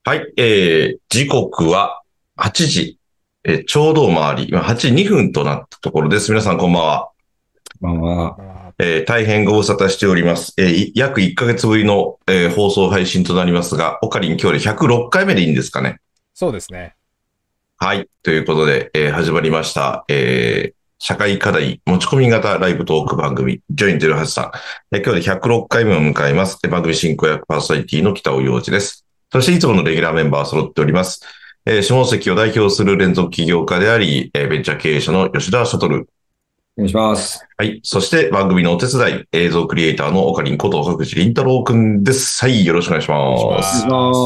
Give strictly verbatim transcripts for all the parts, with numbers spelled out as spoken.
はい、えー、時刻ははちじ、えーちょうど回り、今はちじにふんとなったところです。皆さんこんばんは。 まあまあ、 えー大変ご無沙汰しております。えーい約いっかげつぶりの、えー放送配信となりますが、オカリン今日でひゃくろっかいめでいいんですかね。 そうですね。 はい。ということで、えー始まりました。えー社会課題持ち込み型ライブトーク番組、ジョインゼロはちさん。えー今日でひゃくろっかいめを迎えます。えー番組進行役パーソナリティの北尾陽一です。そしていつものレギュラーメンバー揃っております。えー下関を代表する連続起業家であり、えーベンチャー経営者の吉田悟。 お願いします。 はい。そして番組のお手伝い、映像クリエイターのオカリンこと岡口凛太郎くんです。はい。よろしくお願いしお願いします。 ます。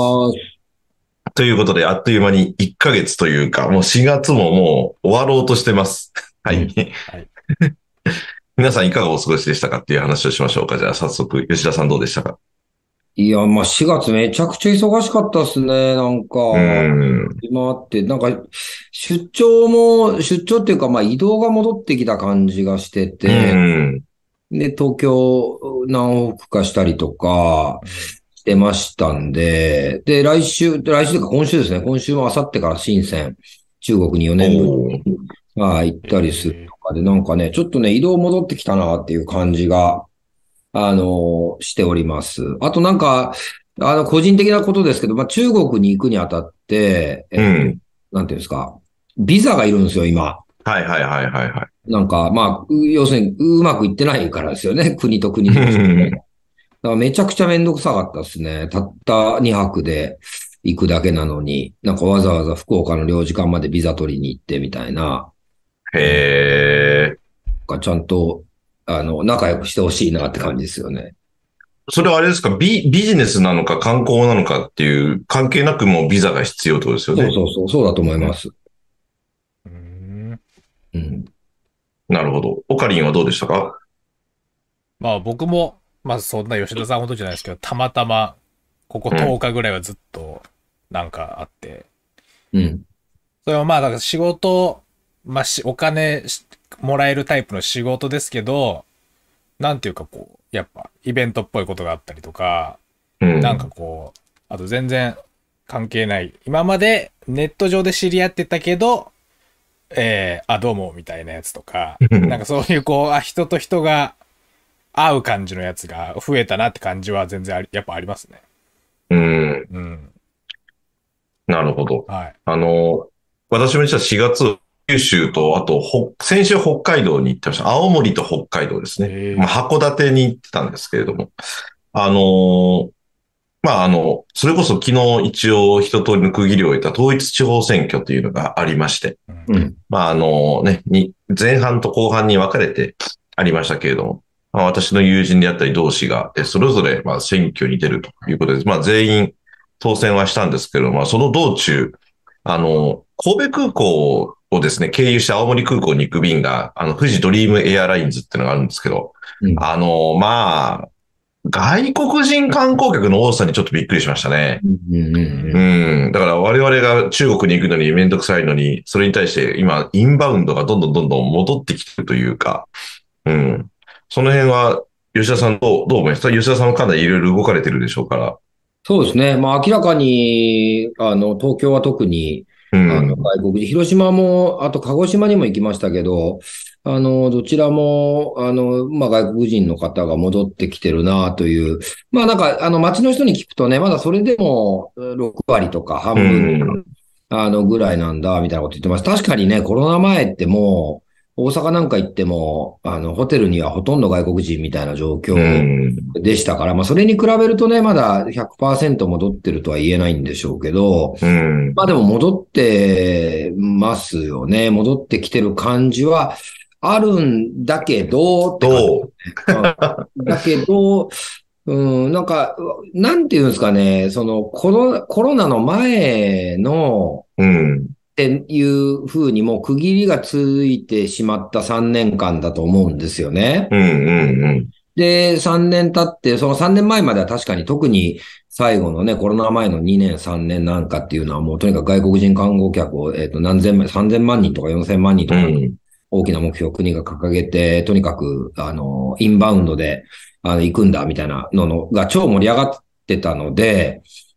ということで、あっという間にいっかげつというか、もうしがつももう終わろうとしてます。はい。 うん。はい。 皆さんいかがお過ごしでしたかっていう話をしましょうか。じゃあ早速、吉田さんどうでしたか？ いや、まあしがつめちゃくちゃ忙しかったっすね。なんか、 うーん。 今あって、なんか、出張も、出張っていうか、まあ移動が戻ってきた感じがしてうーて、 ん。 で、東京何往復かしたりとかうん。 してましたんで、で、来週、来週というか今週ですね。今週も明後日から深セン、中国に4 お年ぶりー。 に、まあ行ったりするえとかで、なんかね、ちょっとね、移動戻ってきたなっていう感じが、あの、しております。あとなんか、あの、個人的なことですけど、まあ中国に行くにあたって、えっと、 うん。 なんていうんですか、ビザがいるんですよ、今。 はいはいはいはいはい。 なんか、まあ、う要するにうまくいってないからですよね。国と国う同士で。だん。 からめちゃくちゃめんどくさかったですね。たったにはくで行くだけなのに、なんかわざわざ福岡の領事館までビザ取りに行ってみたいな、 へうん、 え。 がちゃんと、あの、仲良くしてほしいなって感じですよね。 それはあれですか、ビ、ビジネスなのか観光なのかっていう、関係なくもうビザが必要ってことですよそうね。 そうそう、そうだと思いうん。 ます。 ー、うーん。 うん。 なるほど。オカリンはどうでしたか？ まあ僕も、まあそんな吉田さんほどじゃないですけど、たまたま、ここ10 うん。 日ぐらいはずっと、なんかあって、 うん。 それはまあ、だから仕事、まあし、お金しもらえるタイプの仕事ですけど、なんていうかこう、やっぱ、イベントっぽいことがあったりとか、なんかうん。 こう、あと全然関係ない。今までネット上で知り合ってたけど、えー、あ、どうも、みたいなやつとか、なんかそういうこう、あ、人と人が合う感じのやつが増えたなって感じは全然あり、やっぱありますね。 うん。 うん。 なるほど。 はい。 あの、私も実はしがつ、九州と、あと、北先週北海道に行ってました。青森と北海道ですね。まあ、 え函館に行ってたんですけれども。あの、まあ、あの、それこそ昨日一応一通りの区切りを終えた統一地方選挙というのがありまして、 ー、うん。 うん。 まあ、あのね、に、前半と後半に分かれてありましたけれども、まあ、私の友人であったり同志が、えそれぞれ、まあ、選挙に出るということで、まあ、全員当選はしたんですけど、まあ、その道中、あの、神戸空港をですね、経由して青森空港に行く便が、あの、富士ドリームエアラインズっていうのがあるんですけど、 うん。 あの、まあ、外国人観光客の多さにちょっとびっくりしましたね。 うん。うん。 ううん。 うん。だから我々が中国に行くのにめんどくさいのに、それに対して今、インバウンドがどんどんどんどん戻ってきてるというか、うん。その辺は、吉田さんどう、どう思いますか？吉田さんもかなりいろいろ動かれてるでしょうから。 そうですね。まあ明らかに、あの、東京は特に、 うあの、 ん。 外国人、広島も、あと鹿児島にも行きましたけど、あの、どちらも、あの、まあ外国人の方が戻ってきてるなという、まあなんか、あの、街の人に聞くとね、まだそれでもろく割とかう半分、 ん。 あの、ぐらいなんだ、みたいなこと言ってます。確かにね、コロナ前ってもう、大阪なんか行っても、あの、ホテルにはほとんど外国人みたいな状う況ん。 でしたから、まあ、それに比べるとね、まだひゃくパーセント戻ってるとは言えないんでしょうけど、 うん。 まあでも戻ってますよね。戻ってきてる感じはあるんだけど、って感じ。 どう？ うんだけど、うん、なんか、なんていうんですかね、そのコロ、コロナの前の、 うん。 っていうふうにもう区切りがついてしまったさんねんかんだと思うんですよね。 うん。うん。 で、さんねん経って、そのさんねんまえまでは確かに特に最後のね、コロナ前のにねん、さんねんなんかっていうのはもうとにかく外国人観光客を、えっと、何千万、さんぜんまん人とかよんせんまん人とかうん。 大きな目標を国が掲げて、とにかく、あの、インバウンドで、あの、行くんだみたいなののが超盛り上がってたので、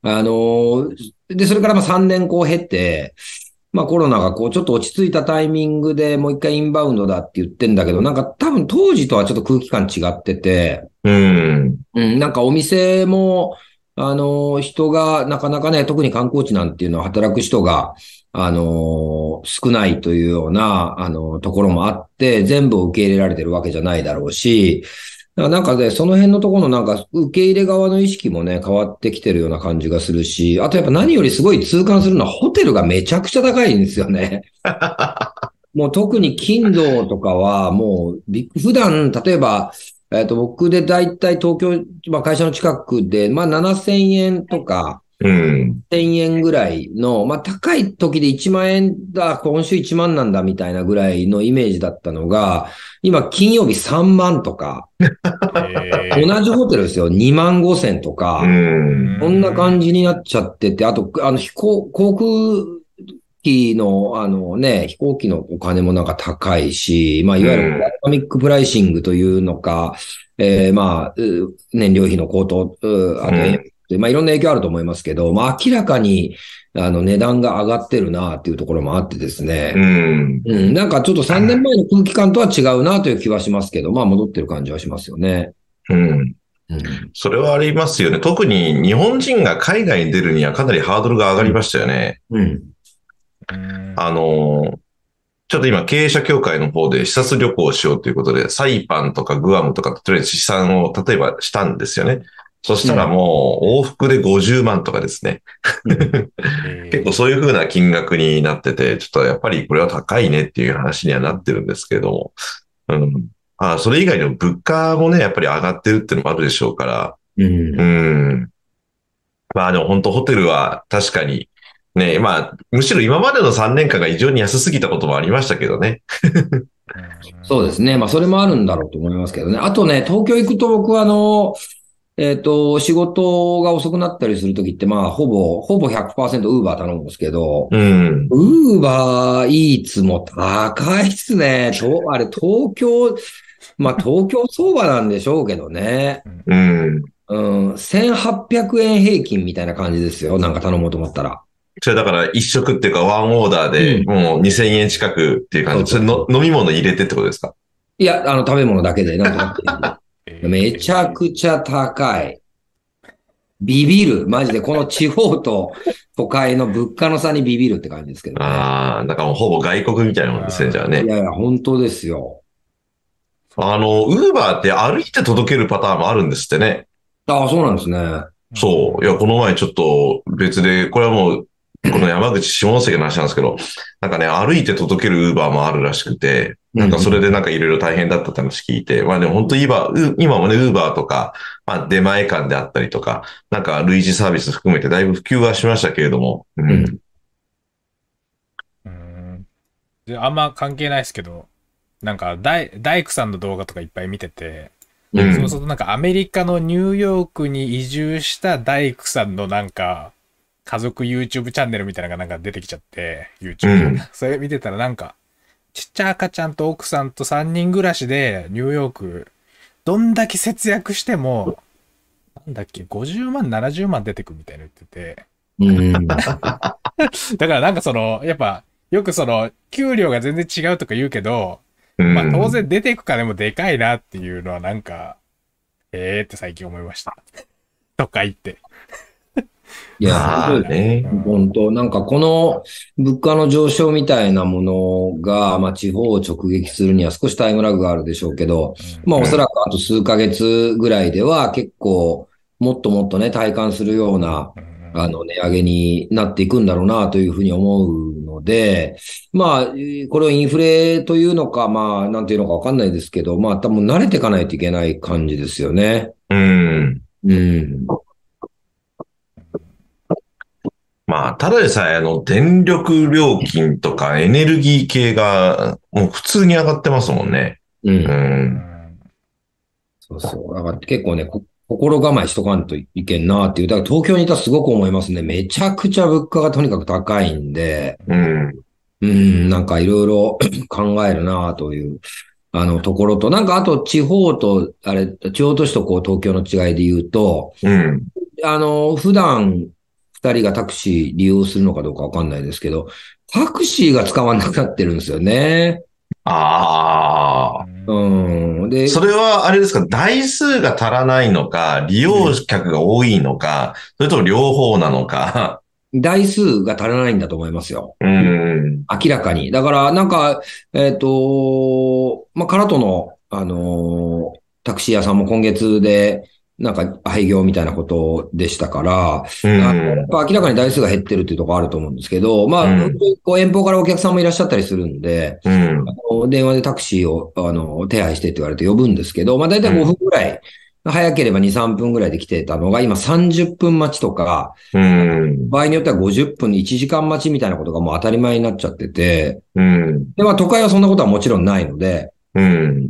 あの、で、それからまあさんねんこう経て、まあコロナがこうちょっと落ち着いたタイミングでもう一回インバウンドだって言ってんだけど、なんか多分当時とはちょっと空気感違ってて、 うん。 うん、なんかお店も、あの、人がなかなかね、特に観光地なんていうのは働く人が、あの、少ないというような、あの、ところもあって、全部を受け入れられてるわけじゃないだろうし、だからなんかね、その辺のところのなんか、受け入れ側の意識もね、変わってきてるような感じがするし、あとやっぱ何よりすごい痛感するのは、ホテルがめちゃくちゃ高いんですよね。もう特に金土とかは、もうび、普段、例えば、えっと、僕でだいたい東京、まあ会社の近くで、まあななせんえんとか、 うん。 せんえんぐらいの、まあ高い時でいちまん円だ、今週いちまんなんだみたいなぐらいのイメージだったのが、今金曜日さんまんとか、 え同じホテルですよ、にまんごせんとうか、 ん。 こんな感じになっちゃってて、あと、あの、飛行、航空機の、あのね、飛行機のお金もなんか高いし、まあ、いわゆるダイナミックプライシングというのか、えーまあ、う燃料費の高騰、うあと、 うんまあ、いろんな影響あると思いますけど、まあ、明らかに、あの、値段が上がってるなっていうところもあってですうね、 ん。 うん、なんかちょっとさんねんまえの空気感とは違うなという気はしますけど、まあ、戻ってる感じはしますよね。 うん。 うん。 それはありますよね。特に日本人が海外に出るにはかなりハードルが上がりましたよね。 うん。 ー、 あの、ちょっと今経営者協会の方で視察旅行をしようということで、サイパンとかグアムとかとりあえず試算を例えばしたんですよね。そしたらもう往復でごじゅうまんとかですね。 うん。 結構そういう風な金額になってて、ちょっとやっぱりこれは高いねっていう話にはなってるんですけれども。うん。あ、それ以外にも物価もね、やっぱり上がってるっていうのもあるでしょうから。 ううん。 ん。まあでも本当ホテルは確かに、ね、まあ、むしろ今までのさんねんかんが異常に安すぎたこともありましたけどね。 そうですね。まあ、それもあるんだろうと思いますけどね。あとね、東京行くと僕はあの、えっと、仕事が遅くなったりするときって、まあ、ほぼ、ほぼひゃくパーセントウーバー頼むんですけど、 うん。 ウーバーイーツも高いっすね。と、あれ、東京、まあ、東京相場なんでしょうけどね。 うん。 うん、せんはっぴゃくえん平均みたいな感じですよ。なんか頼もうと思ったら。 それだから一食っていうかワンオーダーでうん。 もうにせんえん近くっていう感じ。それそうそうそう。 の飲み物入れてってことですか？ いや、あの、食べ物だけで、なんとかっていう。めちゃえくちゃ高い。ビビる。マジで、この地方と都会の物価の差にビビるって感じですけどね。 ああ、だからもうほぼ外国みたいなもんですね、じゃあね。 いやいや、本当ですよ。 あの、ウーバーって歩いて届けるパターンもあるんですってね。 ああ、そうなんですね。 そう。いや、この前ちょっと別で、これはもう、この山口下関の話なんですけど、なんかね、歩いて届けるウーバーもあるらしくて、なんかそれでなんかいろいろ大変だったって話聞いて、まあでも本当今、う今もね、ウーバーとか、まあ出前館であったりとか、なんか類似サービス含めてだいぶ普及はしましたけれども、ううん。 ん。 ー、うん。で、あんま関係ないですけど、なんか大、大工さんの動画とかいっぱい見てて、 う。 うんん。 そうするとなんかアメリカのニューヨークに移住した大工さんのなんか、家族 YouTube チャンネルみたいなのがなんか出てきちゃって、 う YouTube ん。 で。それ見てたらなんか、ちっちゃい赤ちゃんと奥さんとさんにん暮らしでニューヨーク、どんだけ節約しても、なんだっけ、ごじゅうまん、ななじゅうまん出てくみたいな言ってて。 うん。 だからなんかその、やっぱ、よくその、給料が全然違うとか言うけど、 うまあ当ん。 然出ていく金もでかいなっていうのはなんか、ええーって最近思いました。とか言って。 いや、 ま本当あね。 本当、なんかこの物価の上昇みたいなものが、まあ地方を直撃するには少しタイムラグがあるでしょうけど、まあおそらくあと数ヶ月ぐらいでは結構もっともっとね、体感するような、あの値上げになっていくんだろうなというふうに思うので、まあ、これをインフレというのか、まあ、なんていうのかわかんないですけど、まあ多分慣れていかないといけない感じですよね。 うん。 うん。 まあ、ただでさえ、あの、電力料金とかエネルギー系が、もう普通に上がってますもんね。 う。 うんうんん。 そうそう。だから結構ね、こ心構えしとかんといけんなっていう。だから東京にいたらすごく思いますね。めちゃくちゃ物価がとにかく高いんで、 うん。 うん、なんかいろいろ考えるなという、あの、ところと、なんかあと地方と、あれ、地方都市とこう東京の違いで言うと、 うん。 あの、普段、 二人がタクシー利用するのかどうかわかんないですけど、タクシーが使わなくなってるんですよね。 ああ。 うん。で、 それはあれですか、台数が足らないのか、利用客が多いのか、それとも両方なのか。 台数が足らないんだと思いますよ。 うん。 明らかに。だから、なんか、えっと、まあ、カラトの、あのータクシー屋さんも今月で、なんか廃業みたいなことでしたから、 うあの、やっん。 ぱ明らかに台数が減ってるっていうところあると思うんですけど、まあ、 うんこう遠方からお客さんもいらっしゃったりするんで、 うん。 あの電話でタクシーを、あの、手配してって言われて呼ぶんですけど、まあ、だいたいごふんぐらい、早ければに、さんぷんぐらいで来てたのが、今さんじゅっぷん待ちとか、 うん。 場合によってはごじゅっぷん、いちじかん待ちみたいなことがもう当たり前になっちゃってて、 うん。 で、まあ都会はそんなことはもちろんないので、 うん。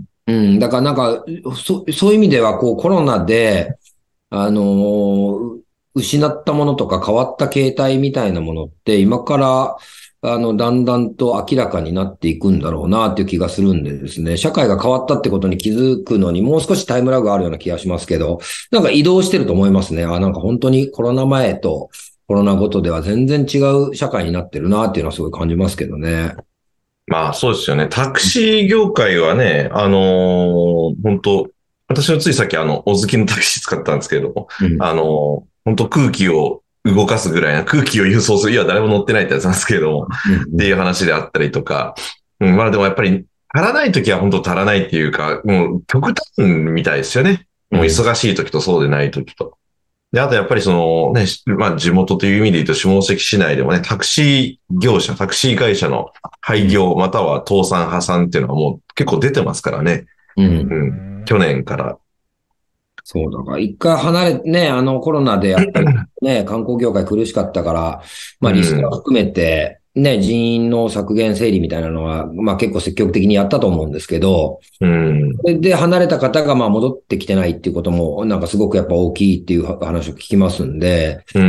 うん、だからなんか、そ、そういう意味ではこうコロナで、あのー失ったものとか変わった形態みたいなものって今から、あの、だんだんと明らかになっていくんだろうなっていう気がするんでですね、社会が変わったってことに気づくのにもう少しタイムラグがあるような気がしますけど、なんか移動してると思いますね。あ、なんか本当にコロナ前とコロナ後とでは全然違う社会になってるなっていうのはすごい感じますけどね。 まあそうですよね。タクシー業界はね、あのー本当私のついさっきあの、お好きのタクシー使ったんですけれども、 うん。 あのー本当空気を動かすぐらいな、空気を輸送する、いや誰も乗ってないってやつなんですけれども、っていう話であったりとか、うん、まあでもやっぱり足らないときは本当足らないっていうか、もう極端みたいですよね。もう忙しいときとそうでないときと。で、あとやっぱりそのね、まあ地元という意味で言うと下関市内でもね、タクシー業者、タクシー会社の廃業または倒産破産っていうのはもう結構出てますからね。 うん。 うん。去年から。 そうだから、一回離れ、ね、あのコロナでやっぱりね、観光業界苦しかったから、まあリストうんは含めて、ね、人員の削減整理みたいなのは、まあ結構積極的にやったと思うんですけど、 うん。 それで離れた方がまあ戻ってきてないっていうことも、なんかすごくやっぱ大きいっていう話を聞きますんで、 うん。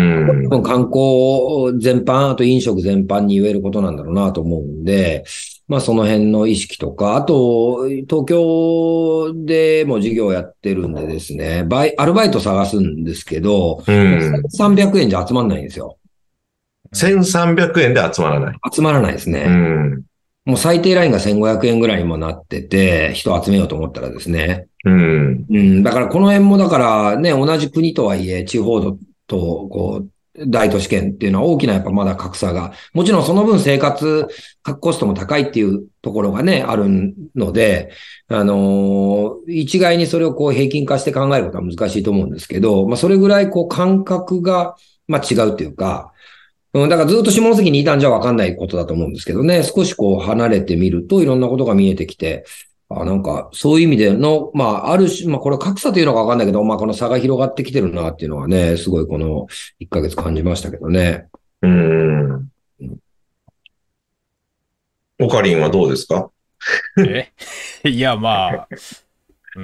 多分観光全般、あと飲食全般に言えることなんだろうなと思うんで、まあその辺の意識とか、あと、東京でも事業をやってるんでですね、バイ、アルバイト探すんですけど、 うん。 さんびゃくえんじゃ集まんないんですよ。 せんさんびゃくえんで集まらない。 集まらないですうね。 ん。 もう最低ラインがせんごひゃくえんぐらいにもなってて、人を集めようと思ったらですね。 うん。 うん、だからこの辺もだからね、同じ国とはいえ、地方と、とこう、大都市圏っていうのは大きなやっぱまだ格差が、もちろんその分生活コストも高いっていうところがね、あるので、あのー一概にそれをこう平均化して考えることは難しいと思うんですけど、まあそれぐらいこう感覚が、まあ違うっていうか、うん、だからずっと下関にいたんじゃわかんないことだと思うんですけどね、少しこう離れてみるといろんなことが見えてきて、あ、なんか、そういう意味での、まあ、ある種、まあ、これ格差というのかわかんないけど、まあ、この差が広がってきてるなっていうのはね、すごいこのいっかげつ感じましたけどね。 うん。オカリンはどうですか？ えいや、まあ、うん。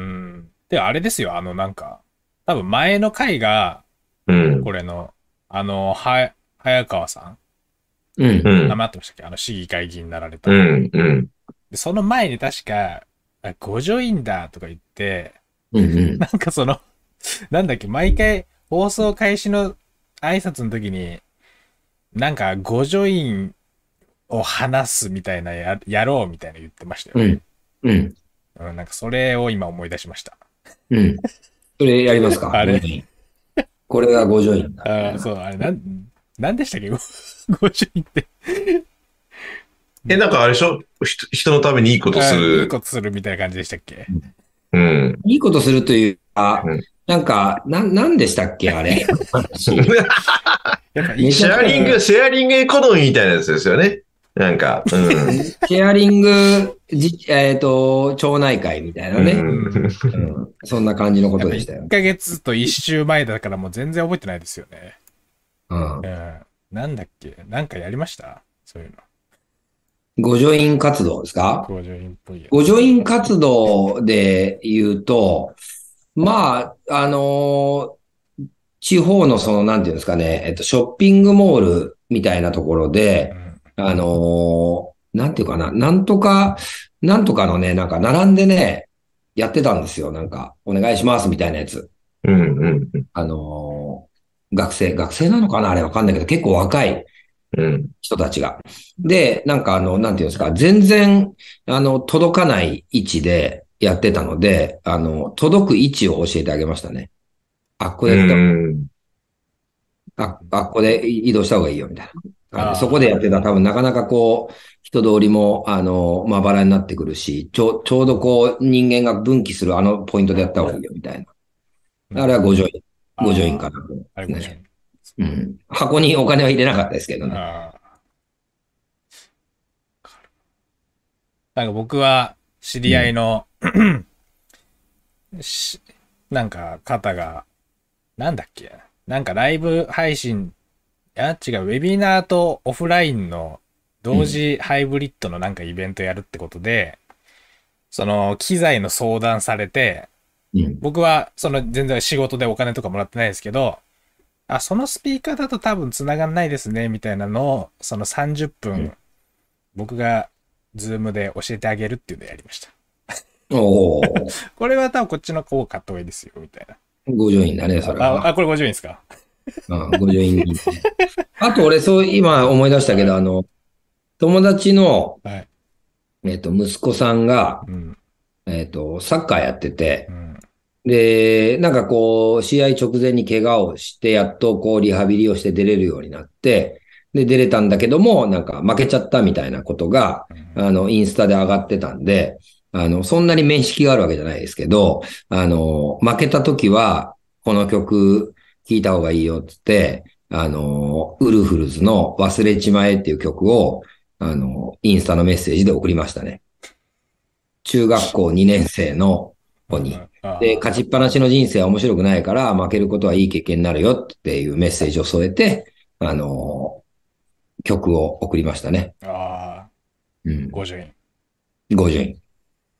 で、あれですよ、あの、なんか、多分前の回が、 うん。 これの、あの、は、早川さん、 うん。 うん。 名前あってましたっけ？あの、市議会議員になられた。 うん。うん。 で、その前に確か、あご助院だとか言って、 うん。うん。 なんかその、なんだっけ、毎回放送開始の挨拶の時に、なんかご助院を話すみたいなや、やろうみたいな言ってましたよね。 うん。うん。 うん、なんかそれを今思い出しました。 うん。それやりますか？ あれこれがご助院だ。 あーそう、あれ、なん、なんでしたっけ？ ご助院って。 え、なんかあれでしょ？人人のためにいいことすあいいる。 ことするみたいな感じでしたっけ？ うん。 いいことするというか、 うん。 なんか、な、なんでしたっけあれ。 やっぱめちゃくちゃシェアリング、シェアリングエコノミーみたいなやつですよね。なんか、うん。 シェアリング、じ、えっと、町内会みたいなね。 うん。 うん、そんな感じのこやっぱ1 とでしたよ。 ヶ月といっ週前だからもう全然覚えてないですよね。 うん。 うん。なんだっけ？なんかやりましたそういうの。 ご助院活動ですか？ ご助院っぽいやつ。 ご助院活動で言うと、まあ、あの地方のその、なんていうんですかね、えっと、ショッピングモールみたいなところで、あのなんていうかな、なんとか、なんとかのね、なんか並んでね、やってたんですよ。なんか、お願いしますみたいなやつ。 うん。うん。 あの学生、学生なのかなあれわかんないけど、結構若いうん。 人たちが。で、なんかあの、なんていうんですか、全然、あの、届かない位置でやってたので、あの、届く位置を教えてあげましたね。あ、ここうでやった、 ん。 あ、あ、ここで移動した方がいいよ、みたいな感じで。そこであやってたら多分なかなかこう、人通りも、あの、まばらになってくるし、ちょ、ちょうどこう、人間が分岐するあのポイントでやった方がいいよ、みたいあ、 な。あれはごジョイン、ごジョインああ、 かなと思いあれごじゅうますね。うん。箱にお金は入れなかったですけどね。 ああ。なんか僕は知り合いうん。 のしなんか方が、なんだっけなんかライブ配信、いや、違う、ウェビナーとオフラインの同うん。 時ハイブリッドのなんかイベントやるってことで、その機材の相談されて、 うん。 僕はその全然仕事でお金とかもらってないですけど、あ、そのスピーカーだと多分繋がんないですね、みたいなのを、そのさんじゅっぷん、僕がズームで教えてあげるっていうのをやりました。 おー、 これは多分こっちの方買った方がいいですよ、みたいな。 ごジョインだね、そあ、あ、 れは。 あこれごじゅうえんですか？ うん、ごジョインにね。あと、俺、そう、今思い出したけど、 はい。 あの、友達の、 はい。 えっと、息子さんが、 うん。 えっと、サッカーやってて、 うん。 で、なんかこう、試合直前に怪我をして、やっとこう、リハビリをして出れるようになって、で、出れたんだけども、なんか負けちゃったみたいなことが、 うん。 あの、インスタで上がってたんで、あの、そんなに面識があるわけじゃないですけど、あの、負けた時は、この曲聴いた方がいいよって言って、あの、ウルフルズの忘れちまえっていう曲を、あの、インスタのメッセージで送りましたね。中学校にねん生の子に。 うん。 で、 あ勝ちっぱなしの人生は面白くないから、負けることはいい経験になるよっていうメッセージを添えて、あのー曲を送りましたね。 あ、ああ、 うん。 ごじゅうえん。 ごじゅうえん。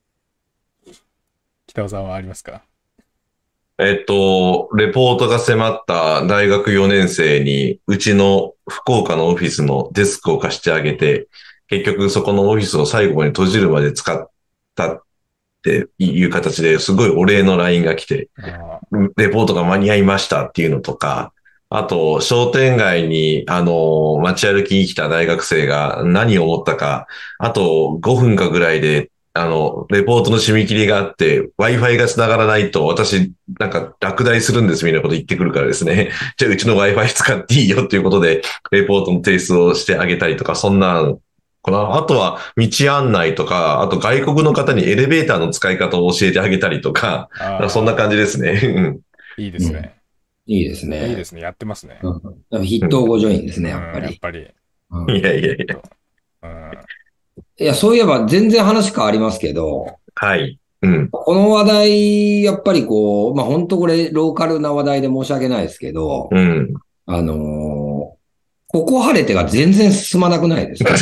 北尾さんはありますか？ えっと、レポートが迫った大学よねん生に、うちの福岡のオフィスのデスクを貸してあげて、結局そこのオフィスを最後まで閉じるまで使ったっていう形ですごいお礼の ライン が来て、 あレポートが間に合いましたっていうのとか、あと、商店街に、あの、街歩きに来た大学生が何を思ったか、あとごふんかぐらいで、あの、レポートの締め切りがあって、Wi-Fi が繋がらないと、私、なんか、落第するんですみたいなこと言ってくるからですね。じゃあ、うちの Wi-Fi 使っていいよっていうことで、レポートの提出をしてあげたりとか、そんな、かな。あとは、道案内とか、あと外国の方にエレベーターの使い方を教えてあげたりとか、 あ、 なんかそんなああ、 感じですね。 いいでうん。 すね。 いいですね。 いいですね。やってますね。 うん。やっぱ筆うん。 頭ごジョインですね、 うん、 やっぱり。 やっぱり。 うん。 いやいやいや。 と、うん。 いや、そういえば全然話変わりますけど、 はい。うん。 この話題、やっぱりこう、まあ本当これローカルな話題で申し訳ないですけど、 うん。 あのーここ晴れてが全然進まなくないですか？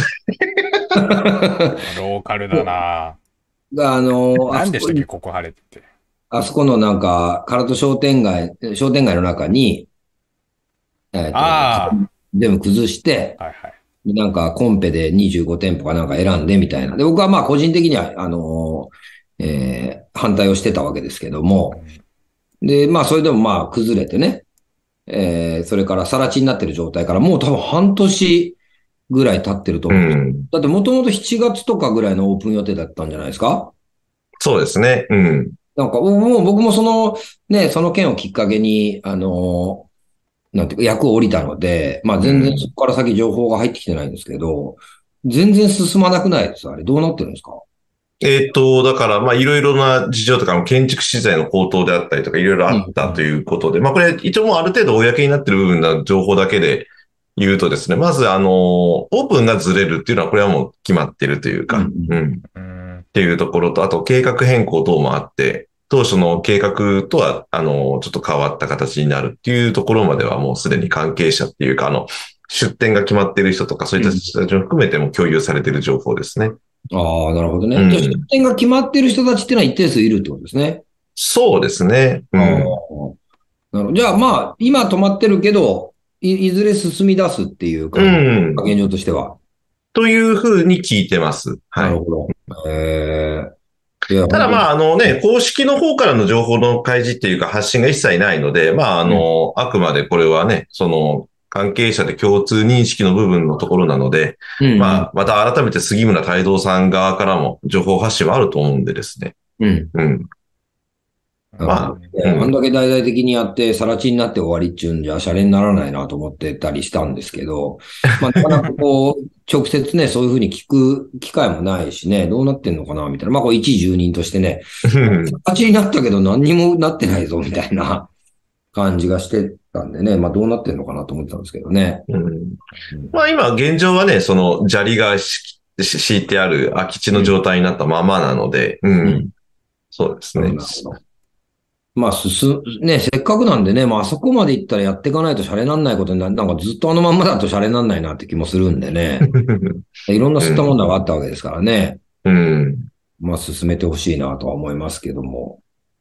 ローカルだな。 あの、あそこ、 何でしたっけ、ここ晴れって。 あそこのなんか、唐戸商店街、商店街の中に、えっと、 あ全部崩して、 あ、はいはい。 なんかコンペでにじゅうご店舗かなんか選んでみたいな。で、僕はまあ個人的には、あの、えー反対をしてたわけですけども、 うん。 で、まあそれでもまあ崩れてね、えーそれから更地になってる状態からもう多分半年ぐらい経ってるとう思うんです。 ん。 だってもともとしちがつとかぐらいのオープン予定だったんじゃないですか？ そうですね。うん。 なんか、もう僕もその、ね、その件をきっかけに、あの、なんていうか、役を降りたので、まあ全然そうん。 こから先情報が入ってきてないんですけど、全然進まなくないです。あれ、どうなってるんですか？ えっと、だから、まあ、いろいろな事情とか、建築資材の高騰であったりとか、いろいろあうん、 ったということで、まあ、これ、一応もうある程度公になってる部分の情報だけで言うとですね、まず、あの、オープンがずれるっていうのは、これはもう決まってるといううん、うか、うん。 ん、っうん。 ていうところと、あと、計画変更等もあって、当初の計画とは、あの、ちょっと変わった形になるっていうところまでは、もうすでに関係者っていうか、あの、出店が決まっている人とか、そういった人たちも含めても共有されている情報ですね。 ああ、なるほどね。じゃあ、出うん。 店が決まってる人たちっていうのは一定数いるってことですね。 そうですね。うああ、 ん。 なるほど。じゃあ、まあ、今止まってるけど、い、いずれ進み出すっていうう感じ。 ん。 現状としては。 というふうに聞いてます。はい。 なるほど。ええ、 いや、 ただまあ、 あ、 あのね、公式の方からの情報の開示っていうか発信が一切ないので、まあ、あの、あくまでこれはね、その、関係者で共通認識の部分のところなので、 うん、 まあ、また改めて杉村太蔵さん側からも情報発信はあると思うんでですね。 うん。 うん。まあ、 ね、あんだけ大々的にやって、さら地になって終わりっちゅうんじゃ、シャレにならないなと思ってたりしたんですけど、まあ、なかなかこう、直接ね、そういうふうに聞く機会もないしね、どうなってんのかな、みたいな。まあ、こう、一住人としてね、さら地になったけど何にもなってないぞ、みたいな感じがしてたんでね、まあ、どうなってんのかなと思ってたんですけどね。 うん、まあ、今、現状はね、その、砂利がしし敷いてある空き地の状態になったままなので、うん。うん、そうですね。 まあ、すす、ね、せっかくなんでね、まあ、あそこまで行ったらやっていかないとシャレなんないことにな、なんかずっとあのまんまだとシャレなんないなって気もするんでね。いろんな吸ったものがあったわけですからね。 うん。 まあ、進めてほしいなとは思いますけども。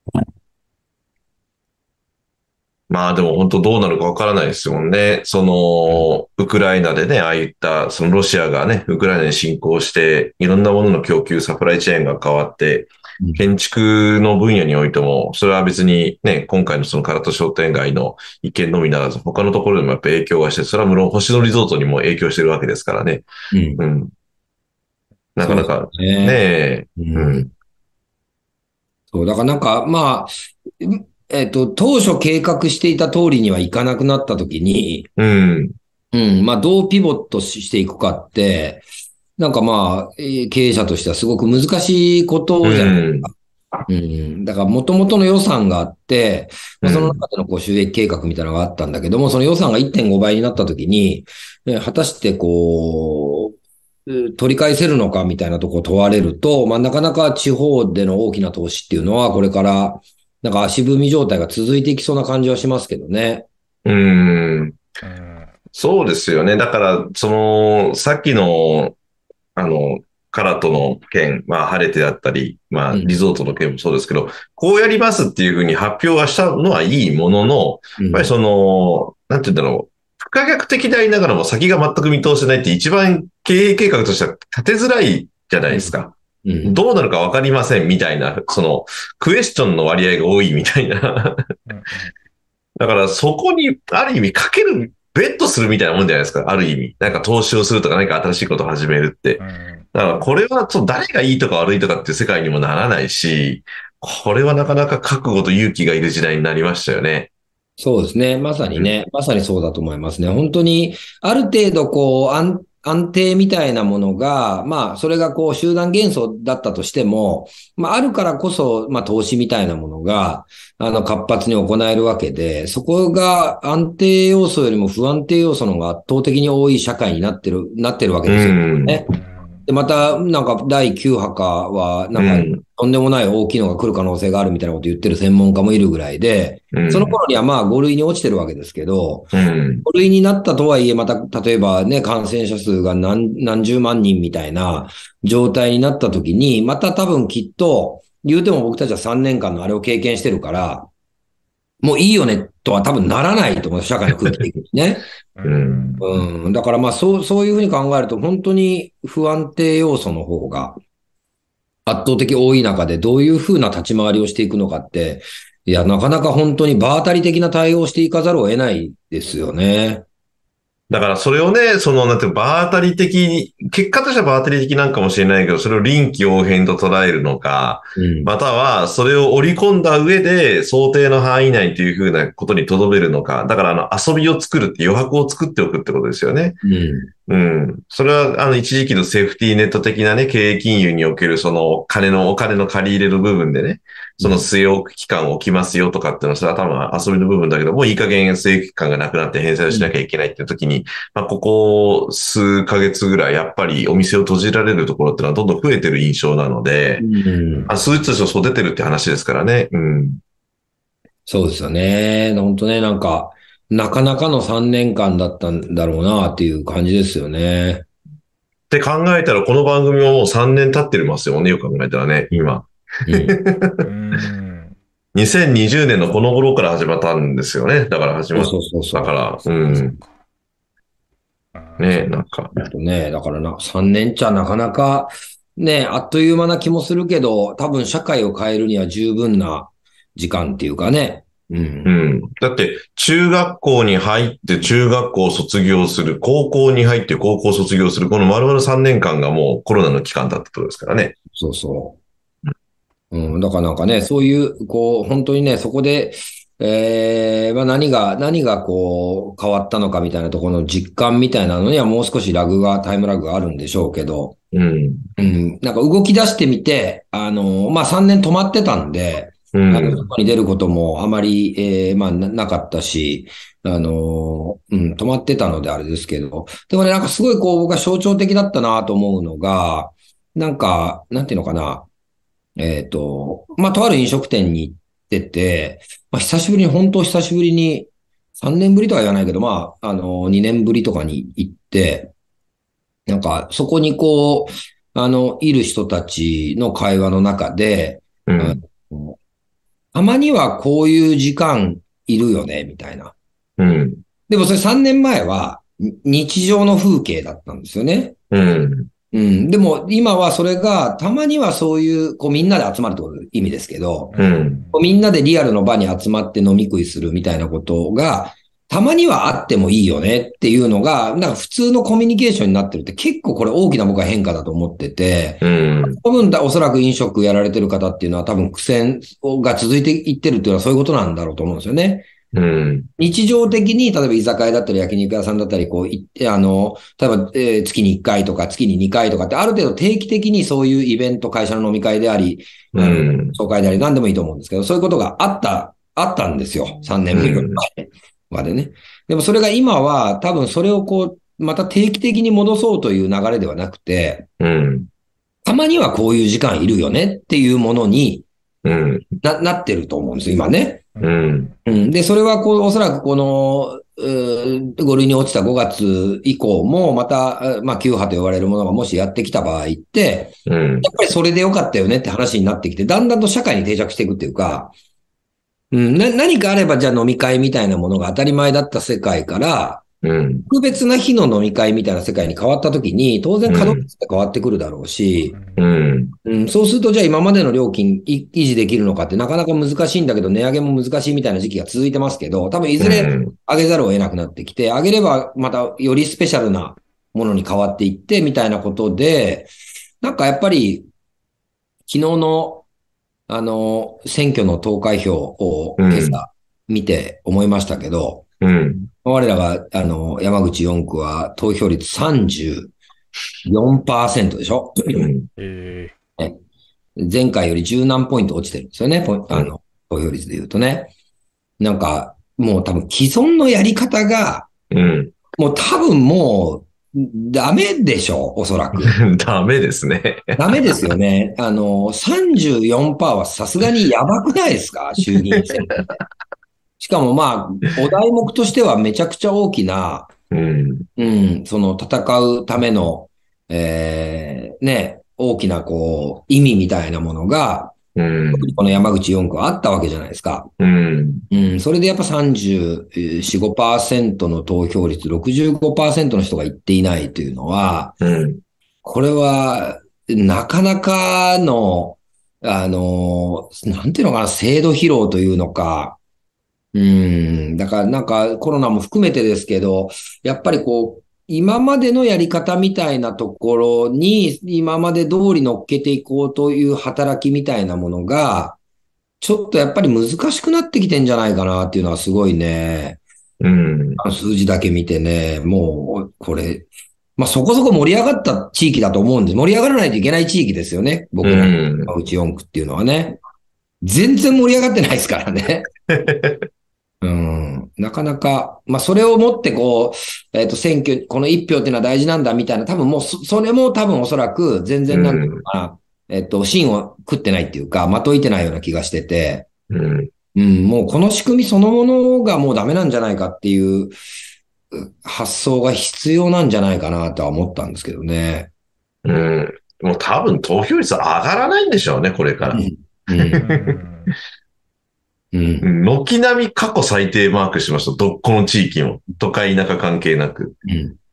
まあでも本当どうなるかわからないですもんね。その、ウクライナでね、ああいった、そのロシアがね、ウクライナに侵攻して、いろんなものの供給、サプライチェーンが変わって、建築の分野においても、それは別にね、今回のその唐戸商店街の一件のみならず、他のところでもやっぱ影響がして、それは無論星野リゾートにも影響してるわけですからね。 うん。 うん、なかなかね、 ねうん、うん。 そう、だからなんか、まあ、えっと、当初計画していた通りにはいかなくなったときに、 うん。 うん、まあ、どうピボットしていくかって、なんかまあ、経営者としてはすごく難しいことじゃないですか。うん、うん、だから元々の予算があって、まあ、その中でのこう収益計画みたいなのがあったんだけども、その予算がいってんごばいになったときに、果たしてこう、取り返せるのかみたいなところを問われると、まあ、なかなか地方での大きな投資っていうのは、これから、なんか足踏み状態が続いていきそうな感じはしますけどね。 うん。そうですよね。だから、その、さっきの、あの、唐戸の件、まあ、晴れてだったり、まあ、リゾートの件もそうですけど、うん、こうやりますっていうふうに発表はしたのはいいものの、やっぱりその、なんて言うんだろう、不可逆的でありながらも先が全く見通せないって一番経営計画としては立てづらいじゃないですか。うんうん、どうなるかわかりませんみたいな、その、クエスチョンの割合が多いみたいな。だからそこに、ある意味かける、ベットするみたいなもんじゃないですか。ある意味。なんか投資をするとか何か新しいことを始めるって。だからこれはそう誰がいいとか悪いとかっていう世界にもならないし、これはなかなか覚悟と勇気がいる時代になりましたよね。 そうですね。まさにね、うん、まさにそうだと思いますね。本当に、ある程度こう、安安定みたいなものが、まあ、それがこう、集団幻想だったとしても、まあ、あるからこそ、まあ、投資みたいなものが、あの、活発に行えるわけで、そこが安定要素よりも不安定要素の方が圧倒的に多い社会になってる、なってるわけですよね。で、また、なんか、だいきゅう波かは、なんか、とんでもない大きいのが来る可能性があるみたいなことを言ってる専門家もいるぐらいで、その頃にはまあご類に落ちてるわけですけど、ご類になったとはいえ、また、例えばね、感染者数が何、何十万人みたいな状態になった時に、また多分きっと、言うても僕たちはさんねんかんのあれを経験してるから、もういいよねとは多分ならないと思う。社会の空気的にね。うん、うん。だからまあそう、そういうふうに考えると本当に不安定要素の方が圧倒的多い中でどういうふうな立ち回りをしていくのかって、いや、なかなか本当に場当たり的な対応をしていかざるを得ないですよね。 だからそれをね、その、なんていう場当たり的に、結果としては場当たり的なんかもしれないけど、それを臨機応変と捉えるのか、うん、またはそれを織り込んだ上で想定の範囲内というふうなことに留めるのか、だからあの遊びを作るって余白を作っておくってことですよね。うん。うん。それはあの一時期のセーフティーネット的なね、経営金融におけるその金の、お金の借り入れる部分でね、その据え置く期間を置きますよとかっていうのは、それは多分遊びの部分だけど、もういい加減据え置く期間がなくなって返済をしなきゃいけないっていう時に、まあ、ここ数ヶ月ぐらい、やっぱりお店を閉じられるところっていうのはどんどん増えてる印象なので、うん、あ数値としてそう出てるって話ですからね。うん、 そうですよね。本当ね、なんか、なかなかのさんねんかんだったんだろうなっていう感じですよね。 って考えたら、この番組ももうさんねん経ってますよね。よく考えたらね、今。うん、にせんにじゅうねんのこの頃から始まったんですよね。だから始まった。そうそうそうだから、うん。ねえ、なんか。 ねだからな、さんねんっちゃなかなかね、あっという間な気もするけど、多分社会を変えるには十分な時間っていうかね。うん。 うん。だって、中学校に入って中学校を卒業する、高校に入って高校を卒業する、この丸々さんねんかんがもうコロナの期間だったってことですからね。 そうそう。うん。だからなんかね、そういう、こう、本当にね、そこで、えー、まあ何が、何がこう、変わったのかみたいなところの実感みたいなのにはもう少しラグが、タイムラグがあるんでしょうけど、 うん。 うん。なんか動き出してみて、あの、まあさんねん止まってたんで、 うあの、 ん。 外に出ることもあまり、えーまあな、なかったし、あの、うん、止まってたのであれですけど、でもね、なんかすごいこう、僕は象徴的だったなと思うのが、なんか、なんていうのかな、えっと、まあ、とある飲食店に行ってて、まあ、久しぶりに、本当久しぶりに、さんねんぶりとは言わないけど、まあ、あの、にねんぶりとかに行って、なんか、そこにこう、あの、いる人たちの会話の中で、あうん。 のたまにはこういう時間いるよね、みたいな。 うん。 でもそれさんねんまえはに日常の風景だったんですよね。 うん。 うん。でも今はそれがたまにはそういう、こうみんなで集まるってこと意味ですけど、 うん。 こうみんなでリアルの場に集まって飲み食いするみたいなことが、たまにはあってもいいよねっていうのが、なんか普通のコミュニケーションになってるって結構これ大きな僕は変化だと思ってて、 うん。 多分だ、おそらく飲食やられてる方っていうのは多分苦戦が続いていってるっていうのはそういうことなんだろうと思うんですよね。 うん。 日常的に、例えば居酒屋だったり焼肉屋さんだったり、こう、いあの、例えば、えー月にいっかいとか月ににかいとかって、ある程度定期的にそういうイベント、会社の飲み会であり、 うあの、 ん。 総会であり、何でもいいと思うんですけど、そういうことがあった、あったんですよ。さんねんぶりぐらい前までね。でもそれが今は、多分それをこう、また定期的に戻そうという流れではなくて、 うん。 たまにはこういう時間いるよねっていうものにうん。 な、なってると思うんですよ、今ね。 うん。 うん。で、それはこう、おそらくこの、うご類に落ちたごがつ以降も、また、まあ、きゅう波と呼ばれるものがもしやってきた場合って、 うん。 やっぱりそれでよかったよねって話になってきて、だんだんと社会に定着していくっていうか、うん、な、何かあればじゃあ飲み会みたいなものが当たり前だった世界から、 うん。 特別な日の飲み会みたいな世界に変わったときに、当然稼働率って変わってくるだろうし、 うん。 うん、そうすると、じゃあ今までの料金い維持できるのかってなかなか難しいんだけど、値上げも難しいみたいな時期が続いてますけど、多分いずれ上げざるを得なくなってきて、上げればまたよりスペシャルなものに変わっていってみたいなことで、なんかやっぱり昨日のあの選挙の投開票を今朝見て思いましたけど、 うん。 我らがあの山口よん区は投票率さんじゅうよんパーセントでしょ。 うん。 えね前回より十何ポイント落ちてるんですよね。ポイあの、投票率で言うとね。なんか、もう多分既存のやり方が、 うん。 もう多分もう、ダメでしょう、おそらく。 ダメですね。 ダメですよね。あの、さんじゅうよんパーセントはさすがにやばくないですか衆議院選挙で。しかもまあ、お題目としてはめちゃくちゃ大きな、 うん。 うん、その戦うための、えー、ね、大きなこう、意味みたいなものが、 うん。 この山口よん区はあったわけじゃないですか。 うん。 うん、それでやっぱさんじゅうよん、ごパーセントの投票率、ろくじゅうごパーセントの人が言っていないというのは、 うん。 これは、なかなかの、あの、なんていうのかな、制度疲労というのか、うん、だからなんかコロナも含めてですけど、やっぱりこう、今までのやり方みたいなところに、今まで通り乗っけていこうという働きみたいなものが、ちょっとやっぱり難しくなってきてんじゃないかなっていうのはすごいね、 うん。 あの数字だけ見てね、もう、これ、まあそこそこ盛り上がった地域だと思うんです。盛り上がらないといけない地域ですよね。僕らのうちよん区っていうのはね。全然盛り上がってないですからね。うん、なかなか、まあ、それをもってこう、えっと、選挙、この一票っていうのは大事なんだみたいな、多分もうそ、それも多分おそらく全然なんていうのかな、えっと、芯を食ってないっていうか、まといてないような気がしてて、 うん。 うん、もうこの仕組みそのものがもうダメなんじゃないかっていうう発想が必要なんじゃないかなとは思ったんですけどね。 うん。もう多分投票率上がらないんでしょうね、これから。 うん。うーん。 うんうん。 軒並み過去最低マークしました。どこの地域も。都会田舎関係なく。 うん。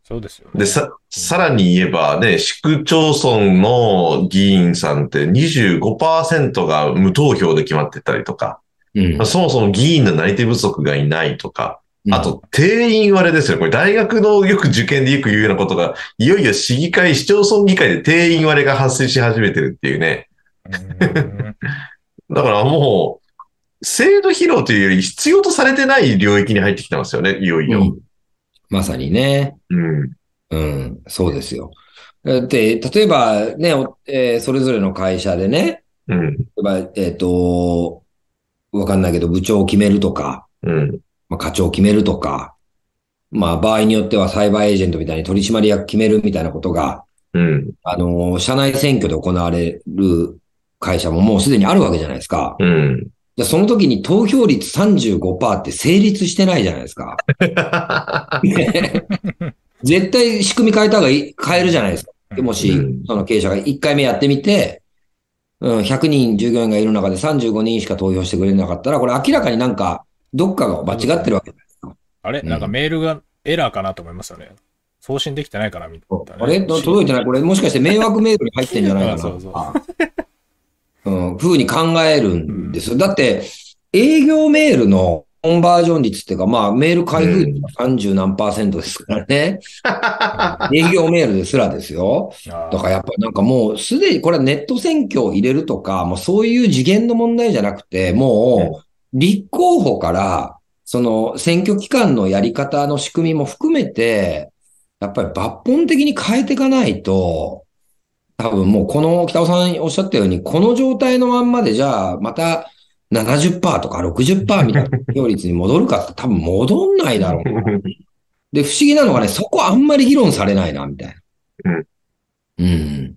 そうですよね。 で、さ、さらに言えばね、市区町村の議員さんってにじゅうごパーセントが無投票で決まってたりとか、 うん。 そもそも議員のなり手不足がいないとか、 うんあと、定員割れですよ。これ、大学のよく受験でよく言うようなことが、いよいよ市議会、市町村議会で定員割れが発生し始めてるっていうね。 うーん。 だからもう、制度疲労というより必要とされてない領域に入ってきてますよね、いよいよ。 うん。まさにね。 うん。 うん。そうですよ。で、例えばね、おえーそれぞれの会社でね、 うん。 例えば、えっと、わかんないけど、部長を決めるとか、 うん。 まあ、課長を決めるとか、まあ、場合によってはサイバーエージェントみたいに取締役決めるみたいなことが、 うん。 あの、社内選挙で行われる会社ももうすでにあるわけじゃないですか。 うん。 でその時に投票率さんじゅうごパーセントって成立してないじゃないですか。ね絶対仕組み変えた方がいい、変えるじゃないですか。もうしん、 その経営者がいっかいめやってみて、うん、ひゃくにん従業員がいる中でさんじゅうごにんしか投票してくれなかったら、これ明らかになんか、どっかが間違ってるわけじゃないですか。 あれ、 うんなんかメールがエラーかなと思いますよね。送信できてないかなみたいな、ね。 あれ届いてないこれもしかして迷惑メールに入ってんじゃないかな。 そうそううん、ふうに考えるんですよ。だって、営業メールのコンバージョン率っていうか、まあ、メール開封率がさんじゅう何パーセントですからね。営業メールですらですよ。 あだからやっぱなんかもうすでにこれはネット選挙を入れるとか、もうそういう次元の問題じゃなくて、もう立候補からその選挙期間のやり方の仕組みも含めて、やっぱり抜本的に変えていかないと、多分もうこの北尾さんおっしゃったように、この状態のまんまでじゃあまたななじゅっパーセントとかろくじゅっパーセントみたいな投票率に戻るかって多分戻んないだろうな。で、不思議なのがね、そこあんまり議論されないな、みたいな。うん。うん。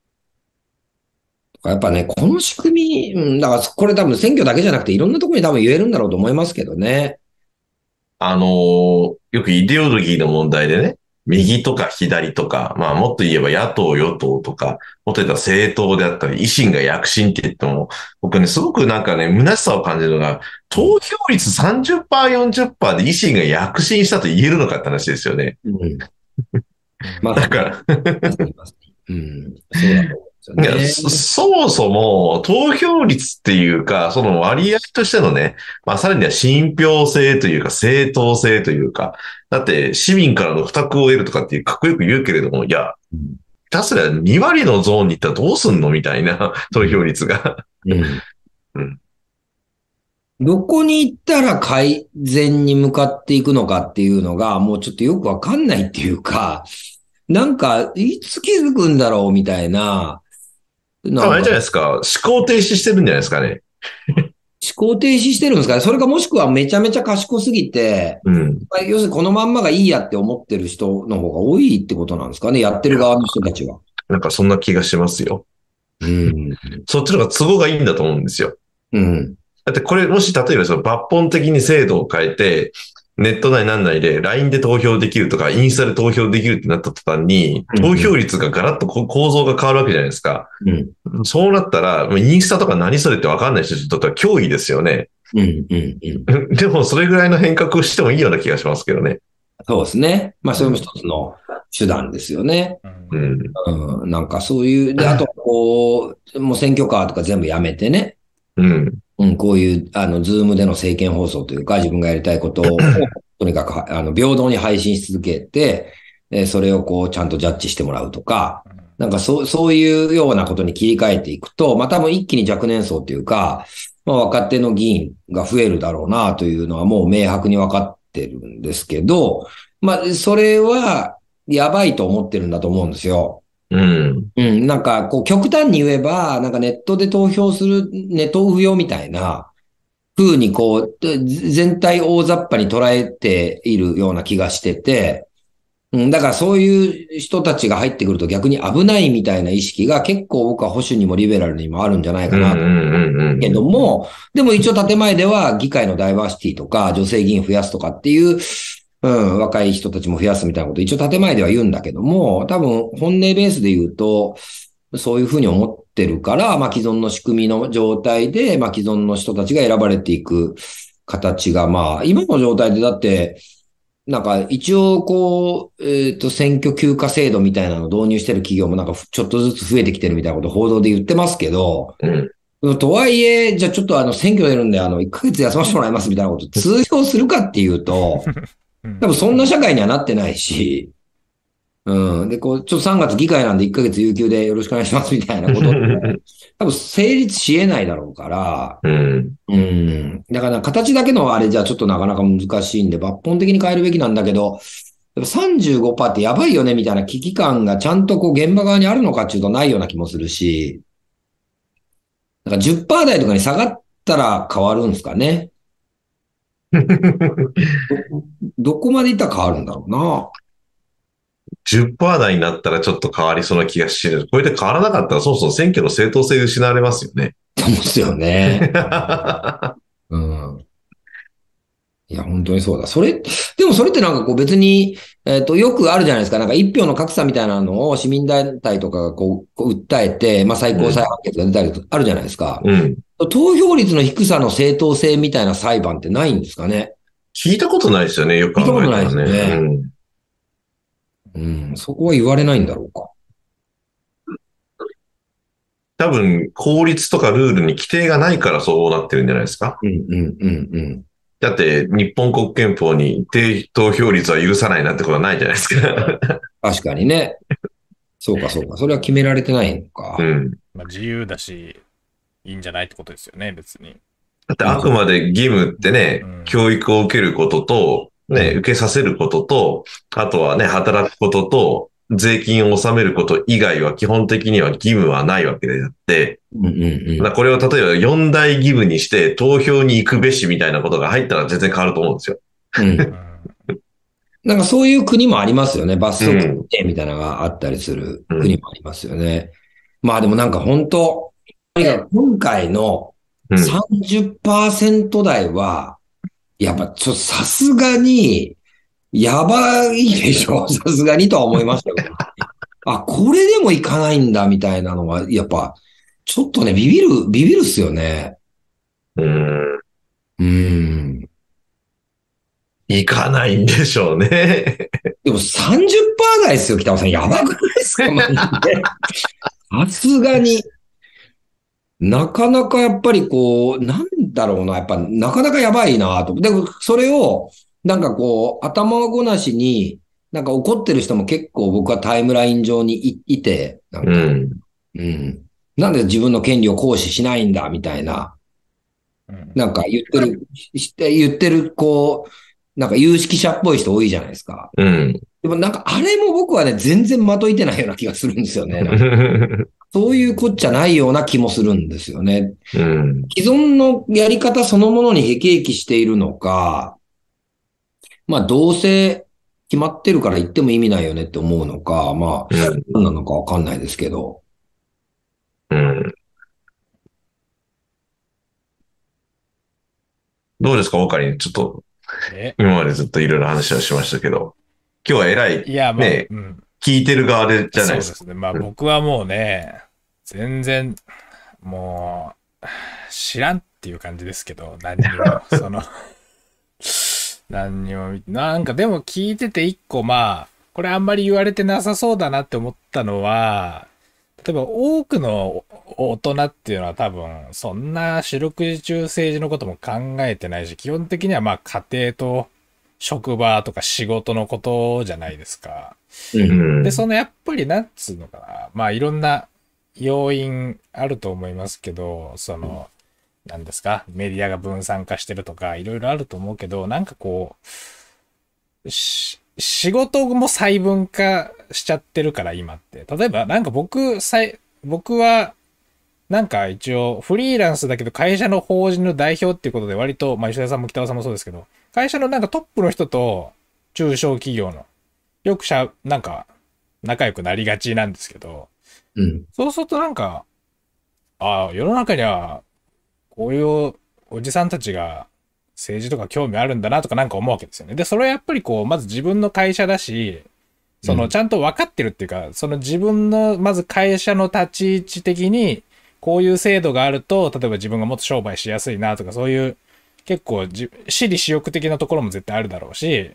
やっぱね、この仕組み、うん、だからこれ多分選挙だけじゃなくていろんなところに多分言えるんだろうと思いますけどね。 あのーよくイデオロギーの問題でね、右とか左とか、まあもっと言えば野党、与党とか、もっと言ったら政党であったり、維新が躍進って言っても、僕ね、すごくなんかね、虚しさを感じるのが、投票率さんじゅっパーセント、よんじゅっパーセントで維新が躍進したと言えるのかって話ですよね。 うん。まだから、 まさにまさにうん。そうだと思うんですよね。 いや、そ、そもそも投票率っていうか、その割合としてのね、まあさらには信憑性というか正当性というか、だって市民からの負託を得るとかっていうかっこよく言うけれども、いや、 うんひたすらに割のゾーンに行ったらどうすんのみたいな投票率が。 うんうんどこに行ったら改善に向かっていくのかっていうのが、もうちょっとよくわかんないっていうか、なんか、いつ気づくんだろうみたいな、なんかあれじゃないですか、思考停止してるんじゃないですかね。 思考停止してるんですかね。それかもしくはめちゃめちゃ賢すぎて、 うん。 まあ要するにこのまんまがいいやって思ってる人の方が多いってことなんですかね。やってる側の人たちは。 なんかそんな気がしますよ。 うん。 そっちの方が都合がいいんだと思うんですよ。 うん。 だってこれもし例えばその抜本的に制度を変えて、ネット内なん内で ライン で投票できるとか、インスタで投票できるってなった途端に、投票率がガラッとこ構造が変わるわけじゃないですか。 うん。 そうなったら、インスタとか何それってわかんない人にとっては脅威ですよね。 うん。うん。うん。 でもそれぐらいの変革をしてもいいような気がしますけどね。 そうですね。まあ、それも一つの手段ですよね。 う。 うんん。 うん。なんかそういう、で、あと、こう、もう選挙カーとか全部やめてね。 うん。 うん、こういう、あの、ズームでの政見放送というか、自分がやりたいことを、とにかく、あの、平等に配信し続けて、えーそれをこう、ちゃんとジャッジしてもらうとか、なんかそう、そういうようなことに切り替えていくと、まあ多分一気に若年層というか、まあ若手の議員が増えるだろうなというのはもう明白に分かってるんですけど、まあそれはやばいと思ってるんだと思うんですよ。 うん。 うん、なんかこう極端に言えば、なんかネットで投票するネトウヨみたいな風にこう、全体大雑把に捉えているような気がしてて、うん、だからそういう人たちが入ってくると逆に危ないみたいな意識が結構僕は保守にもリベラルにもあるんじゃないかなと。けども、でも一応建前では議会のダイバーシティとか女性議員増やすとかっていう、うん、若い人たちも増やすみたいなこと一応建前では言うんだけども、多分本音ベースで言うと、そういうふうに思ってるから、まあ既存の仕組みの状態で、まあ既存の人たちが選ばれていく形が、まあ今の状態でだって、 なんか一応こう、えっと、選挙休暇制度みたいなのを導入してる企業もなんかちょっとずつ増えてきてるみたいなことを報道で言ってますけど、 うん。 とはいえ、じゃあちょっとあの選挙出るんであのいっかげつ休ませてもらいますみたいなこと通用するかっていうと、 うん多分そんな社会にはなってないし、うん。で、こう、ちょっとさんがつ議会なんでいっかげつ有給でよろしくお願いしますみたいなことって、多分成立し得ないだろうから、 うん。 うん。だから形だけのあれじゃちょっとなかなか難しいんで、抜本的に変えるべきなんだけど、やっぱさんじゅうごパーセントってやばいよねみたいな危機感がちゃんとこう現場側にあるのかっていうとないような気もするし、だからじゅっパーセント台とかに下がったら変わるんですかね。ど、どこまでいったら変わるんだろうな。 じゅっパーセント台になったらちょっと変わりそうな気がしてる。これで変わらなかったらそもそも選挙の正当性失われますよね。 そうですよね。うん。いや、本当にそうだ。それ、でもそれってなんかこう別に、えっと、よくあるじゃないですか。なんか一票の格差みたいなのを市民団体とかがこう、こう訴えて、まあ最高裁判決が出たりとあるじゃないですか。 うん。 投票率の低さの正当性みたいな裁判ってないんですかね。 聞いたことないですよね。よく考えたら聞いたことないですね。 よね。 うん。 うん、そこは言われないんだろうか。 多分、法律とかルールに規定がないからそうなってるんじゃないですか。 うん、うん、うん、うん。 だって、日本国憲法に一定投票率は許さないなんてことはないじゃないですか。 確かにね。そうか、そうか。それは決められてないのか。 うん。 まあ、自由だし、いいんじゃないってことですよね、別に。 だってあくまで義務ってね、 うん教育を受けることと、ね、 うん受けさせることと、あとはね、働くことと、税金を納めること以外は基本的には義務はないわけであって、 うん、うん、うん。 だからこれを例えば四大義務にして投票に行くべしみたいなことが入ったら全然変わると思うんですよ。 うん。 うんなんかそういう国もありますよね。罰則うん。 みたいなのがあったりするうん。 国もありますよね。まあでもなんか本当、とにかく今回のうん。 さんじゅっパーセント台は、やっぱちょっとさすがに、やばいでしょ。さすがにとは思いましたけど。あ、これでもいかないんだみたいなのは、やっぱ、ちょっとね、ビビる、ビビるっすよね。 うん。 うーん。 行かないんでしょうね。 でもさんじゅっパーセント台ですよ、北尾さん。やばくないですか、マジで。さすがに。なかなかやっぱりこう、なんだろうな、やっぱなかなかやばいなと。でも、それを、なんかこう、頭ごなしに、なんか怒ってる人も結構僕はタイムライン上にい、いて、なんか、 うん。 うん。なんで自分の権利を行使しないんだ、みたいな、 うんなんか言ってる、して言ってる、こう、なんか有識者っぽい人多いじゃないですか。 うん。 でもなんかあれも僕はね、全然的いてないような気がするんですよね。なんかそういうこっちゃないような気もするんですよね。 うん。 既存のやり方そのものに辟易しているのか、まあどうせ決まってるから言っても意味ないよねって思うのか、まあ、何なのかわかんないですけど。 うん。どうですか、おかりん。ちょっと、 え、 今までずっといろいろ話をしましたけど、今日は偉い、 いや、まあ、 ね、 うん。 聞いてる側でじゃないですか。 そうですね。まあうん僕はもうね、全然、もう、知らんっていう感じですけど、何にも、その、何にも見て、なんかでも聞いてて一個まあ、これあんまり言われてなさそうだなって思ったのは、例えば多くの大人っていうのは多分、そんな四六時中政治のことも考えてないし、基本的にはまあ家庭と職場とか仕事のことじゃないですか。 う。 うんん。 で、そのやっぱりなんつうのかな、まあいろんな要因あると思いますけど、その、なんですか、メディアが分散化してるとか、いろいろあると思うけど、なんかこう、し仕事も細分化しちゃってるから今って。例えばなんか僕、さい僕は、なんか一応フリーランスだけど会社の法人の代表っていうことで割と、まあ石田さんも北尾さんもそうですけど、会社のなんかトップの人と中小企業のよくしゃ、なんか仲良くなりがちなんですけど、 うん。 そうするとなんか、ああ、世の中にはこういうおじさんたちが政治とか興味あるんだなとかなんか思うわけですよね。で、それはやっぱりこう、まず自分の会社だし、そのちゃんと分かってるっていうか、その自分のまず会社の立ち位置的に、こういう制度があると、例えば自分がもっと商売しやすいなとか、そういう結構じ私利私欲的なところも絶対あるだろうし、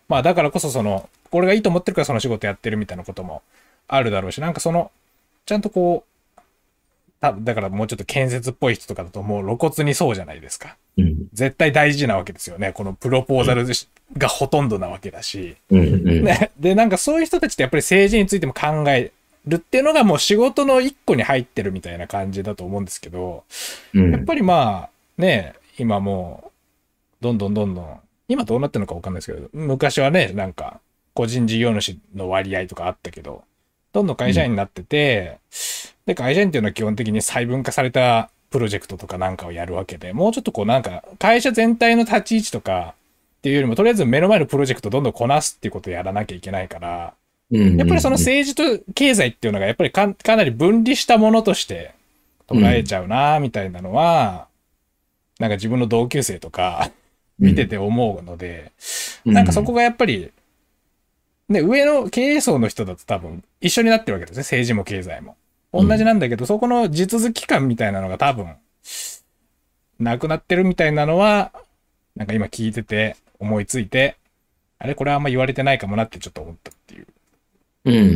まあだからこそその、これがいいと思ってるからその仕事やってるみたいなこともあるだろうし、なんかその、ちゃんとこう、ただからもうちょっと建設っぽい人とかだともう露骨にそうじゃないですか。 うん。 絶対大事なわけですよね。このプロポーザルがほとんどなわけだし。 うん。うん。 ね、で、なんかそういう人たちってやっぱり政治についても考えるっていうのがもう仕事の一個に入ってるみたいな感じだと思うんですけど、 うん。 やっぱりまあね、今もうどんどんどんどん、今どうなってるのかわかんないですけど、昔はね、なんか個人事業主の割合とかあったけど、どんどん会社員になってて、で、会社員っていうのは基本的に細分化されたプロジェクトとかなんかをやるわけで、もうちょっとこうなんか会社全体の立ち位置とかっていうよりも、とりあえず目の前のプロジェクトをどんどんこなすっていうことをやらなきゃいけないから、やっぱりその政治と経済っていうのがやっぱり か, かなり分離したものとして捉えちゃうなみたいなのは、なんか自分の同級生とか見てて思うので、なんかそこがやっぱり、ね、上の経営層の人だと多分一緒になってるわけですね。政治も経済も。同じなんだけど、そこの地続き感みたいなのが多分、なくなってるみたいなのは、なんか今聞いてて思いついて、あれこれあんま言われてないかもなってちょっと思ったっていう。 うん。うん。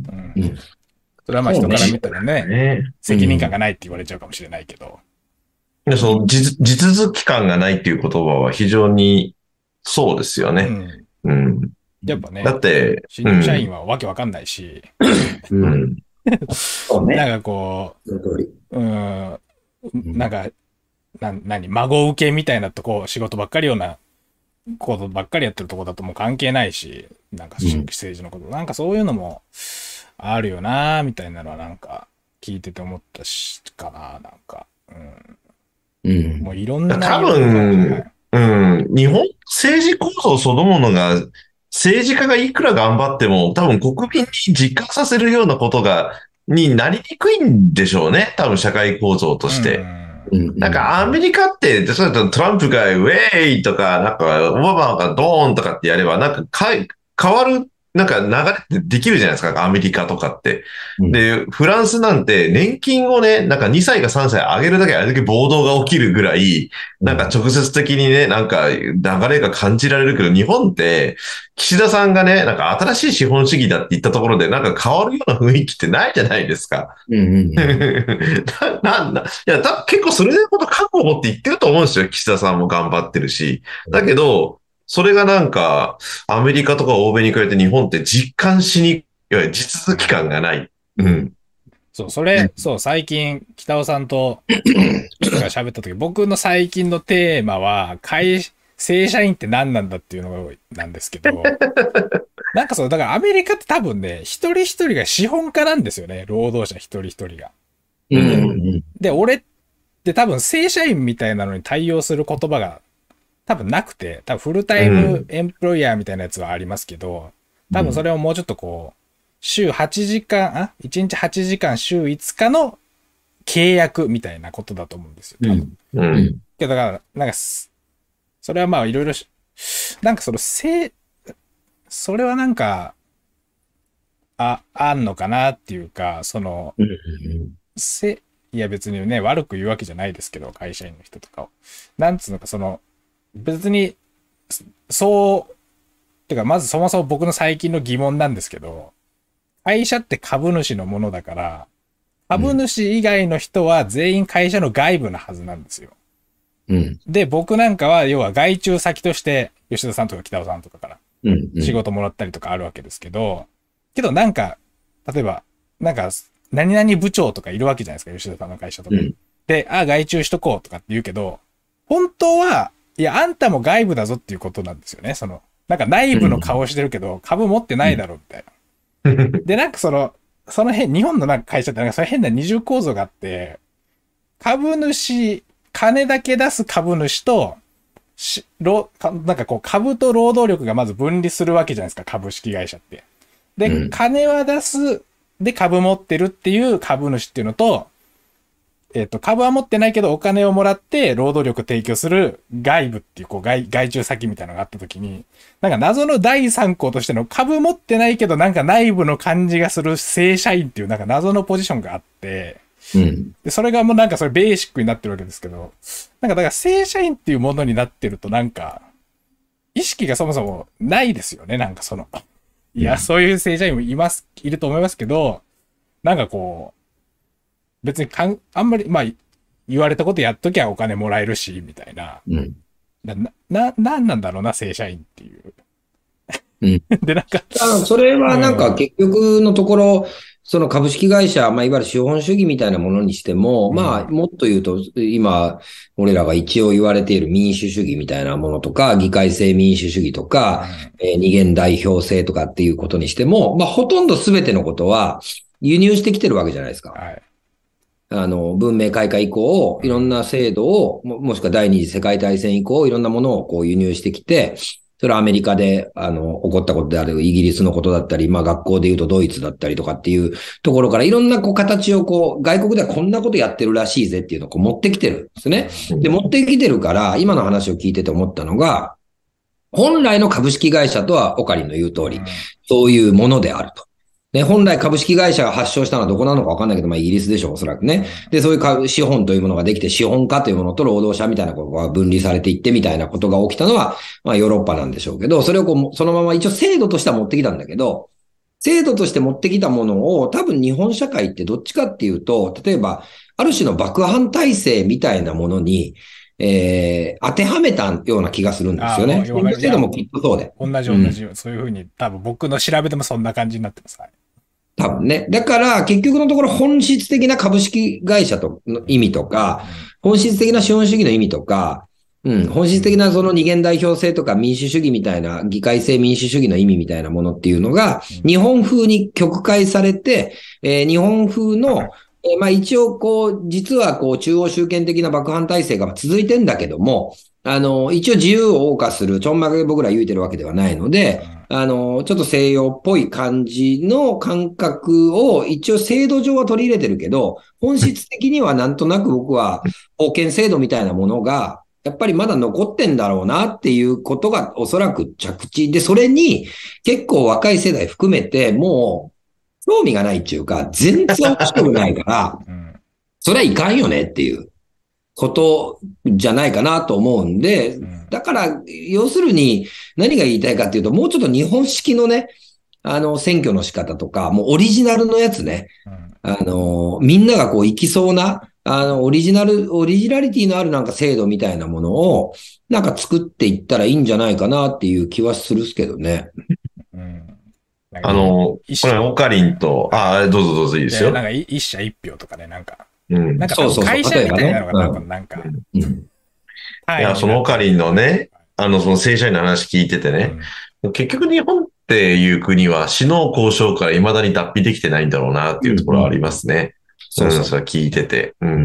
うん。それはまあ人から見たらね、 ね、 責任感がないって言われちゃうかもしれないけど。 でその地地続き感がないっていう言葉は非常にそうですよね。 うん。 うん。 やっぱね、 だって、 新入社員はわけわかんないし、 うん。 うん。 そうね。 なんかこその通り。 う、うん、なんか、な、何、孫受けみたいなとこ、仕事ばっかりようなことばっかりやってるとこだともう関係ないし、なんか政治のこと、うん、なんかそういうのもあるよなみたいなのはなんか聞いてて思ったし、かななんか。うん。うん、もういろんな。 多分、うん、日本政治構造そのものが、政治家がいくら頑張っても、多分国民に実感させるようなことが、になりにくいんでしょうね。多分社会構造として。うん、なんかアメリカって、そうだとトランプがウェーイとか、なんかオバマがドーンとかってやれば、なんかか変わる、なんか流れってできるじゃないですか、アメリカとかって。で、フランスなんて年金をね、なんかにさいかさんさい上げるだけあれだけ暴動が起きるぐらい、なんか直接的にね、なんか流れが感じられるけど、日本って岸田さんがね、なんか新しい資本主義だって言ったところで、なんか変わるような雰囲気ってないじゃないですか。うんうんうん、な、な、いや、た結構それのこと覚悟を持って言ってると思うんですよ。岸田さんも頑張ってるし。だけど、それがなんか、アメリカとか欧米に比べて日本って実感しに、いわゆる地続き感がない。うん。 そう、それ、そう、最近、北尾さんと喋った時、僕の最近のテーマは、会、正社員って何なんだっていうのなんですけど、なんかそう、だからアメリカって多分ね、一人一人が資本家なんですよね、労働者一人一人が。 うん、 で、俺って多分正社員みたいなのに対応する言葉が多分なくて、多分フルタイムエンプロイヤーみたいなやつはありますけど、多分それをもうちょっとこう、週はちじかん、あ ?いち 日はちじかん週いつかの契約みたいなことだと思うんですよ。多分。 うん。うん、 だから、なんか、それはまあいろいろ、なんかその、せ、それはなんか、あ、あんのかなっていうか、その、せ、いや別にね、悪く言うわけじゃないですけど、会社員の人とかを。なんつうのか、その、別に、そう、てかまずそもそも僕の最近の疑問なんですけど、会社って株主のものだから、株主以外の人は全員会社の外部なはずなんですよ。うん、で、僕なんかは要は外注先として吉田さんとか北尾さんとかから仕事もらったりとかあるわけですけど、けどなんか、例えば、なんか、何々部長とかいるわけじゃないですか、吉田さんの会社とか。うん、で、あ、外注しとこうとかって言うけど、本当は、いや、あんたも外部だぞっていうことなんですよね。その、なんか内部の顔してるけど、株持ってないだろ、みたいな。で、なんかその、その辺、日本のなんか会社ってなんかそういう変な二重構造があって、株主、金だけ出す株主と、し、ろ、なんかこう株と労働力がまず分離するわけじゃないですか、株式会社って。で、うん、金は出す、で株持ってるっていう株主っていうのと、えっと、株は持ってないけどお金をもらって労働力を提供する外部っていう、こう外、外注先みたいなのがあった時に、なんか謎の第三項としての株持ってないけどなんか内部の感じがする正社員っていうなんか謎のポジションがあって、うん、でそれがもうなんかそれベーシックになってるわけですけど、なんかだから正社員っていうものになってるとなんか、 意識がそもそもないですよね、なんかその。いや、そういう正社員もいます、いると思いますけど、なんかこう、別にかん、あんまり、まあ、言われたことやっときゃお金もらえるし、みたいな。 うん。 な、な、なんなんだろうな、正社員っていう。 うん。 で、なんか。 あの、それはなんか結局のところ、その株式会社、まあ、いわゆる資本主義みたいなものにしても、 うん、 まあ、もっと言うと、今、俺らが一応言われている民主主義みたいなものとか、議会制民主主義とか、うん、えー、二元代表制とかっていうことにしても、まあ、ほとんど全てのことは輸入してきてるわけじゃないですか。はい。あの、文明開化以降、いろんな制度を、も、もしくは第二次世界大戦以降、いろんなものをこう輸入してきて、それはアメリカで、あの、起こったことである、イギリスのことだったり、まあ学校で言うとドイツだったりとかっていうところから、いろんなこう形をこう、外国ではこんなことやってるらしいぜっていうのをこう持ってきてるんですね。で、持ってきてるから、今の話を聞いてて思ったのが、本来の株式会社とはオカリンの言う通り、そういうものであると。ね、本来株式会社が発祥したのはどこなのかわかんないけど、まあイギリスでしょう、おそらくね。で、そういう資本というものができて、資本家というものと労働者みたいなことが分離されていってみたいなことが起きたのは、まあヨーロッパなんでしょうけど、それをこう、そのまま一応制度としては持ってきたんだけど、制度として持ってきたものを、多分日本社会ってどっちかっていうと、例えば、ある種の幕藩体制みたいなものに、えー、当てはめたような気がするんですよね。制度もきっとそうで。 同じ同じ、うん、そういうふうに、多分僕の調べてもそんな感じになってます。はい、 多分ね。だから、結局のところ本質的な株式会社との意味とか、本質的な資本主義の意味とか、うん、本質的なその二元代表制とか民主主義みたいな、議会制民主主義の意味みたいなものっていうのが、日本風に曲解されて、えー、日本風の、えー、まあ一応こう、実はこう、中央集権的な幕藩体制が続いてんだけども、あの、一応自由を謳歌する、ちょんまげ僕ら言うてるわけではないので、あの、ちょっと西洋っぽい感じの感覚を一応制度上は取り入れてるけど、本質的にはなんとなく僕は封建制度みたいなものが、やっぱりまだ残ってんだろうなっていうことがおそらく着地で、それに結構若い世代含めてもう興味がないっていうか、全然面白くないから、それはいかんよねっていうことじゃないかなと思うんで、だから、要するに何が言いたいかっていうと、もうちょっと日本式のね、あの、選挙の仕方とか、もうオリジナルのやつね、あの、みんながこう行きそうな、あの、オリジナル、オリジナリティのあるなんか制度みたいなものを、なんか作っていったらいいんじゃないかなっていう気はするっすけどね。 うん、 あの、これ、オカリンと、ああ、どうぞどうぞいいですよ。 なんか一社一票とかね、なんか。 うん、 なんか会社みたいなのが多分なんか。 うんうん、いや、そのオカリンのね、あの、その正社員の話聞いててね、うん、結局日本っていう国は死の交渉から未だに脱皮できてないんだろうなっていうところはありますね。うん、そうそう、それ聞いてて。うん。うん、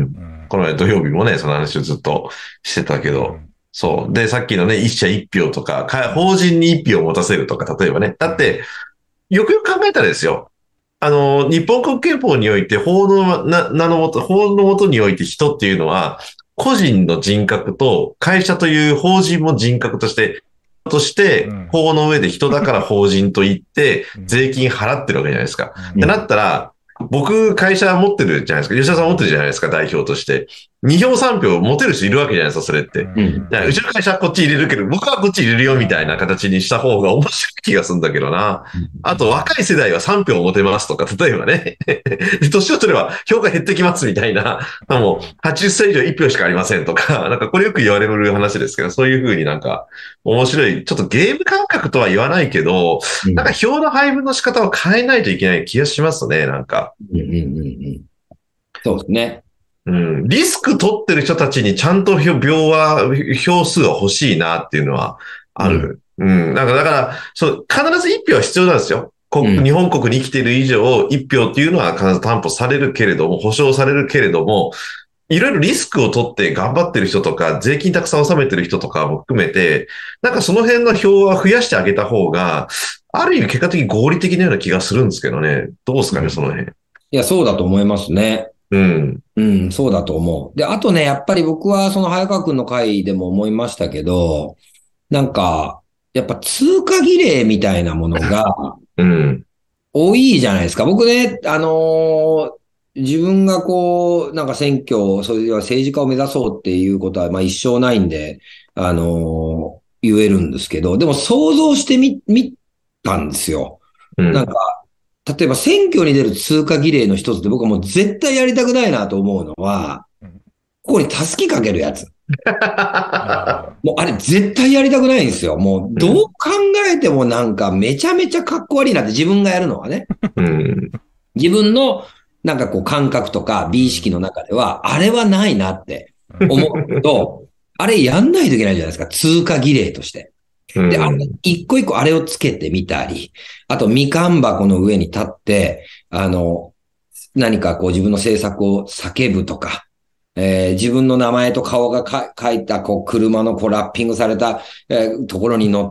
この前土曜日もね、その話をずっとしてたけど、うん、そう。で、さっきのね、一社一票とか、法人に一票を持たせるとか、例えばね。だって、よくよく考えたらですよ。あの、日本国憲法において法のな、名のもと、法のもとにおいて人っていうのは、個人の人格と会社という法人も人格として、として、法の上で人だから法人と言って、税金払ってるわけじゃないですか。ってなったら、僕、会社持ってるじゃないですか。吉田さん持ってるじゃないですか、代表として。に票さん票持てる人いるわけじゃないですか、それって。うん、うちの会社はこっち入れるけど、僕はこっち入れるよみたいな形にした方が面白い気がするんだけどな。あと、若い世代はさん票持てますとか、例えばね。年を取れば票が減ってきますみたいな。もう、はちじゅっさい以上いち票しかありませんとか、なんかこれよく言われる話ですけど、そういうふうになんか、面白い、ちょっとゲーム感覚とは言わないけど、なんか票の配分の仕方を変えないといけない気がしますね、なんか。 うんうんうんうん、そうですね。 うん、リスク取ってる人たちにちゃんと票は、票数が欲しいなっていうのはある。うん。うん、なんかだから、そう、必ず一票は必要なんですよ。国、うん、日本国に生きている以上、一票っていうのは必ず担保されるけれども、保証されるけれども、いろいろリスクを取って頑張ってる人とか、税金たくさん納めてる人とかも含めて、なんかその辺の票は増やしてあげた方が、ある意味結果的に合理的なような気がするんですけどね。どうですかね、その辺。いや、そうだと思いますね。 うん。 うん、そうだと思う。で、あとね、やっぱり僕はその早川くんの回でも思いましたけど、なんか、やっぱ通過儀礼みたいなものが、 うん。 多いじゃないですか。僕ね、あのー、自分がこう、なんか選挙、そういう政治家を目指そうっていうことは、まあ一生ないんで、あの言えるんですけど、でも想像してみ、みたんですよ。 うんなんか、例えば選挙に出る通過儀礼の一つで僕はもう絶対やりたくないなと思うのは、ここにたすきかけるやつ。もうあれ絶対やりたくないんですよ。もうどう考えてもなんかめちゃめちゃかっこ悪いなって自分がやるのはね。 うん。 自分のなんかこう感覚とか美意識の中では、あれはないなって思うと、あれやんないといけないじゃないですか。通過儀礼として。で、あれ一個一個あれをつけてみたり、あとみかん箱の上に立って、あの、何かこう自分の政策を叫ぶとか、えー、自分の名前と顔がか書いたこう車のこうラッピングされた、えー、ところに乗って、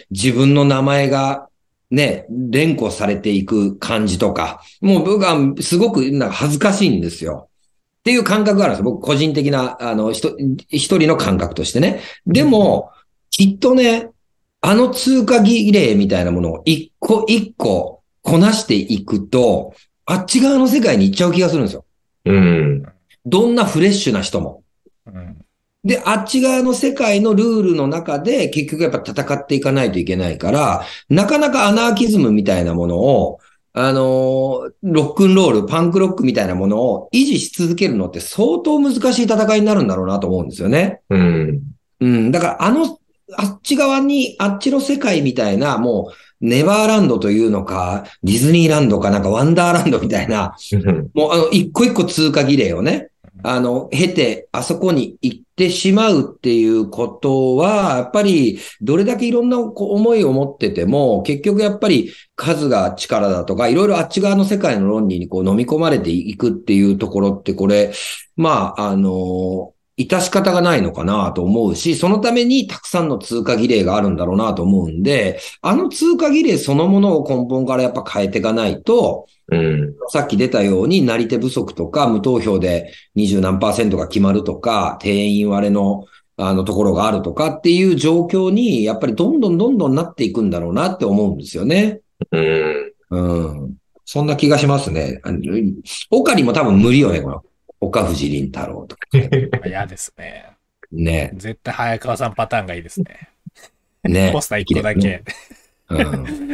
自分の名前がね、連呼されていく感じとか、もう僕はすごくなんか恥ずかしいんですよ。っていう感覚があるんですよ。僕個人的な、あの、一人の感覚としてね。でも、きっとね、あの通過儀礼みたいなものを一個一個こなしていくと、あっち側の世界に行っちゃう気がするんですよ。 うん。 どんなフレッシュな人も。 うん、 で、あっち側の世界のルールの中で結局やっぱ戦っていかないといけないから、なかなかアナーキズムみたいなものを、あのー、ロックンロール、パンクロックみたいなものを維持し続けるのって相当難しい戦いになるんだろうなと思うんですよね。 うん。 うん。だからあの、あっち側に、あっちの世界みたいな、もう、ネバーランドというのか、ディズニーランドかなんかワンダーランドみたいな、もうあの、一個一個通過儀礼をね、あの、経て、あそこに行ってしまうっていうことは、やっぱり、どれだけいろんな思いを持ってても、結局やっぱり数が力だとか、いろいろあっち側の世界の論理にこう飲み込まれていくっていうところって、これ、まあ、あの、致し方がないのかなと思うし、そのためにたくさんの通過儀礼があるんだろうなと思うんで、あの通過儀礼そのものを根本からやっぱ変えていかないと、うん、さっき出たようになり手不足とか無投票で二十何パーセントが決まるとか、定員割れのあのところがあるとかっていう状況にやっぱりどんどんどんどんなっていくんだろうなって思うんですよね。 うん。 うん。そんな気がしますね。オカリも多分無理よね、この。岡藤倫太郎とか。 嫌ですね。 ね。 絶対早川さんパターンがいいですね。 ね。 ポスター一個だけ。ねうん、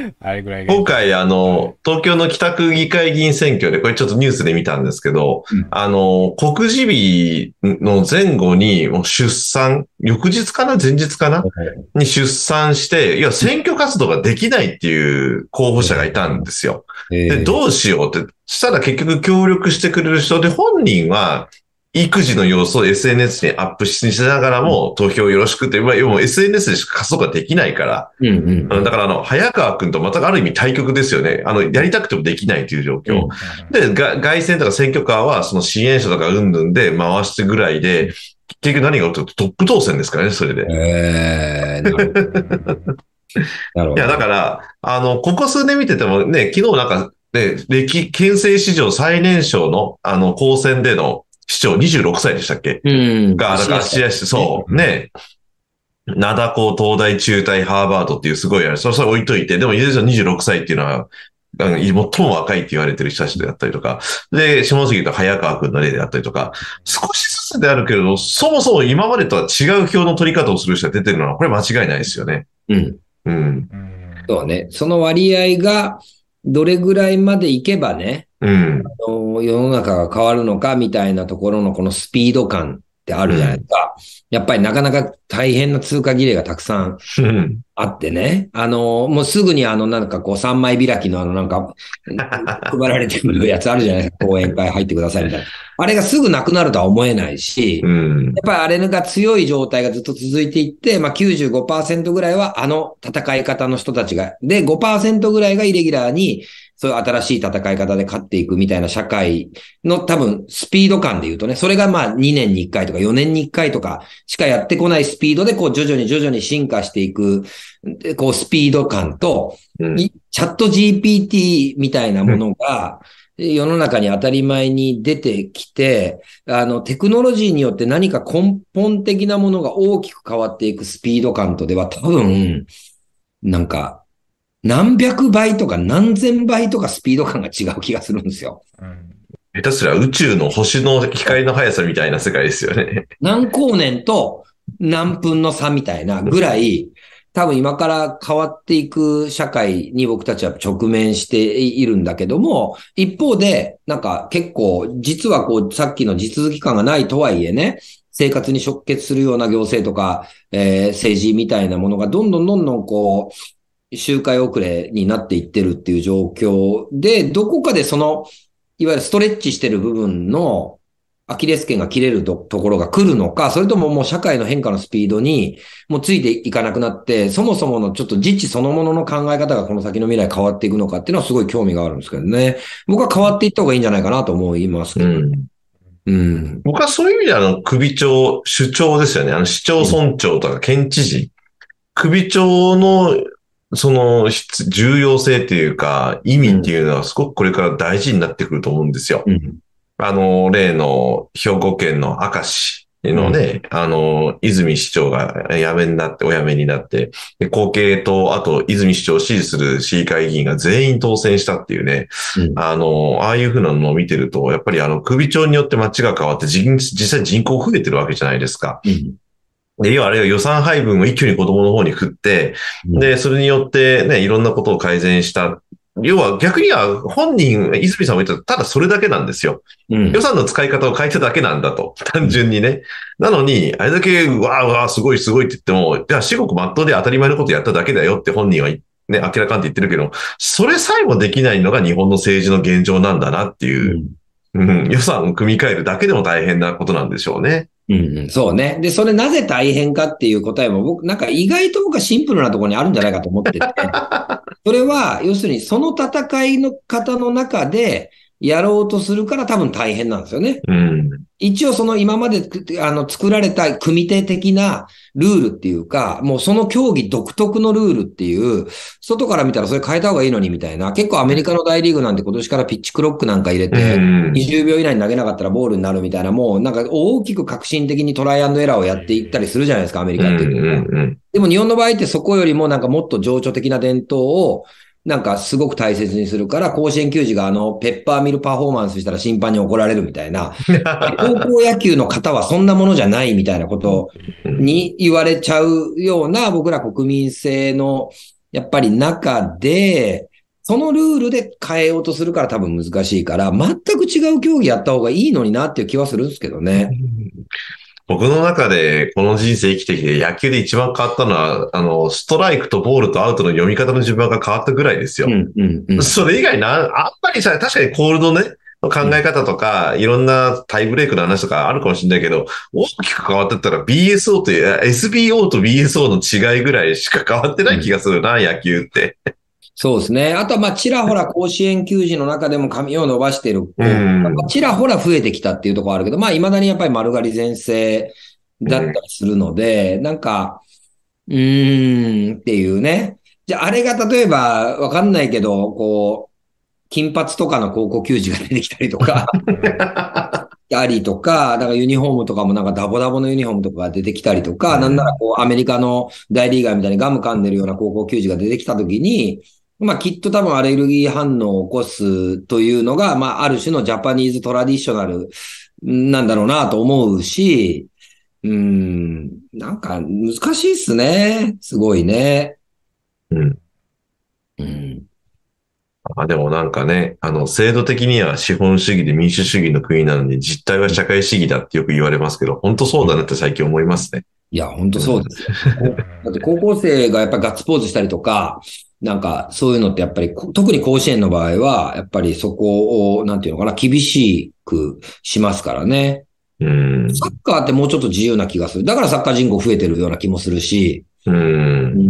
あれぐらいがいい。 今回、あの、東京の北区議会議員選挙で、これちょっとニュースで見たんですけど、うん、あの、告示日の前後にもう出産、翌日かな前日かな、うん、に出産して、いや、選挙活動ができないっていう候補者がいたんですよ。えー、で、どうしようって、したら結局協力してくれる人で、本人は、育児の様子を エスエヌエス にアップしながらも投票よろしくって、要は エスエヌエス でしか活動ができないから。うんうんうん、だからあの、早川くんとまたある意味対極ですよね。あの、やりたくてもできないという状況。うん、で、外選とか選挙カーはその支援者とかうんぬんで回してぐらいで、結局何が起きるとトップ当選ですからね、それで。えー、なるほど。なるほど。いや、だから、あの、ここ数年見ててもね、昨日なんか、ね、歴、県政史上最年少の、あの、高選での、市長にじゅうろくさいでしたっけ、うん、が、だから芦屋市、そう、ね。灘高、東大、中大、ハーバードっていうすごいあれ、それそれ置いといて、でも、いずれにしろにじゅうろくさいっていうのは、最も若いって言われてる人たちであったりとか、で、下関と早川くんの例であったりとか、少しずつであるけれど、そもそも今までとは違う票の取り方をする人が出てるのは、これ間違いないですよね。うん。うん。 そうね。その割合が、どれぐらいまでいけばね、うん、あの世の中が変わるのかみたいなところのこのスピード感ってあるじゃないですか。うん、やっぱりなかなか大変な通過儀礼がたくさんあってね。あの、もうすぐにあのなんかこう三枚開きのあのなんか配られてくるやつあるじゃないですか。講演会入ってくださいみたいな。あれがすぐなくなるとは思えないし、うん、やっぱりあれが強い状態がずっと続いていって、まあ きゅうじゅうごパーセント ぐらいはあの戦い方の人たちが、で ごパーセント ぐらいがイレギュラーにそういう新しい戦い方で勝っていくみたいな社会の多分スピード感で言うとね、それがまあにねんにいっかいとかよねんにいっかいとかしかやってこないスピードでこう徐々に徐々に進化していく、こうスピード感と、うん、チャット ジーピーティー みたいなものが世の中に当たり前に出てきて、あのテクノロジーによって何か根本的なものが大きく変わっていくスピード感とでは多分、なんか、何百倍とか何千倍とかスピード感が違う気がするんですよ。うん、 下手すら宇宙の星の光の速さみたいな世界ですよね。 何光年と何分の差みたいなぐらい、多分今から変わっていく社会に僕たちは直面しているんだけども、一方で、なんか結構、実はこう、さっきの地続き感がないとはいえね、生活に直結するような行政とか、えー、政治みたいなものがどんどんどんどんこう、周回遅れになっていってるっていう状況で、どこかでその、いわゆるストレッチしてる部分の、アキレス腱が切れると、ところが来るのか、それとももう社会の変化のスピードにもうついていかなくなって、そもそものちょっと自治そのものの考え方がこの先の未来変わっていくのかっていうのはすごい興味があるんですけどね。僕は変わっていった方がいいんじゃないかなと思いますけど。うん。うん、 僕はそういう意味であの、首長、首長ですよね。あの、市町村長とか県知事。首長の、その、重要性っていうか、意味っていうのはすごくこれから大事になってくると思うんですよ。うん、あの、例の兵庫県の明石のね、うん、あの、泉市長が辞めになって、お辞めになって、で後継と、あと泉市長を支持する市議会議員が全員当選したっていうね、うん、あの、ああいうふうなのを見てると、やっぱりあの、首長によって街が変わって、実際人口増えてるわけじゃないですか。うんで、要はあれは予算配分を一挙に子供の方に振って、で、それによってね、いろんなことを改善した。要は逆には本人、泉さんも言ったただそれだけなんですよ。うん、予算の使い方を変えただけなんだと。単純にね。なのに、あれだけ、うわーうわーすごいすごいって言っても、じゃあ至極真っ当で当たり前のことやっただけだよって本人はね、明らかに言ってるけど、それさえもできないのが日本の政治の現状なんだなっていう。うん、うん、予算を組み替えるだけでも大変なことなんでしょうね。 うんうん、そうね。で、それなぜ大変かっていう答えも僕、なんか意外と僕はシンプルなところにあるんじゃないかと思ってて。それは、要するにその戦いの方の中でやろうとするから多分大変なんですよね。うん、一応その今まであの作られた組手的なルールっていうか、もうその競技独特のルールっていう、外から見たらそれ変えた方がいいのにみたいな、結構アメリカの大リーグなんて今年からピッチクロックなんか入れて、にじゅうびょう以内に投げなかったらボールになるみたいな、もうなんか大きく革新的にトライアンドエラーをやっていったりするじゃないですか、アメリカっていうのは。でも日本の場合ってそこよりもなんかもっと情緒的な伝統を、なんかすごく大切にするから、甲子園球児があの、ペッパーミルパフォーマンスしたら審判に怒られるみたいな、高校野球の方はそんなものじゃないみたいなことに言われちゃうような、僕ら国民性の、やっぱり中で、そのルールで変えようとするから多分難しいから、全く違う競技やった方がいいのになっていう気はするんですけどね。 僕の中で、この人生生きてきて、野球で一番変わったのは、あの、ストライクとボールとアウトの読み方の順番が変わったぐらいですよ。うんうんうん、それ以外な、あんまりさ、確かにコールドね、考え方とか、いろんなタイブレイクの話とかあるかもしれないけど、大きく変わってったら ビーエスオー と、エスビーオー と ビーエスオー の違いぐらいしか変わってない気がするな、うん、野球って。 そうですね。あとは、ま、ちらほら甲子園球児の中でも髪を伸ばしてる。うん、ちらほら増えてきたっていうところあるけど、まあ、未だにやっぱり丸刈り全盛だったりするので、うん、なんか、うーんっていうね。じゃあ、あれが例えば、わかんないけど、こう、金髪とかの高校球児が出てきたりとか、ありとか、なんかユニフォームとかもなんかダボダボのユニフォームとかが出てきたりとか、うん、なんならこう、アメリカの大リーガーみたいにガム噛んでるような高校球児が出てきたときに、まあきっと多分アレルギー反応を起こすというのが、まあある種のジャパニーズトラディショナルなんだろうなと思うし、うーん、なんか難しいっすね。すごいね。 うん。うん。あ、でもなんかね、あの、制度的には資本主義で民主主義の国なのに実態は社会主義だってよく言われますけど、本当そうだなって最近思いますね。 いや、本当そうですよ。だって高校生がやっぱりガッツポーズしたりとか、なんかそういうのってやっぱり、特に甲子園の場合は、やっぱりそこを、なんていうのかな、厳しくしますからね。うん。サッカーってもうちょっと自由な気がする。だからサッカー人口増えてるような気もするし、うん。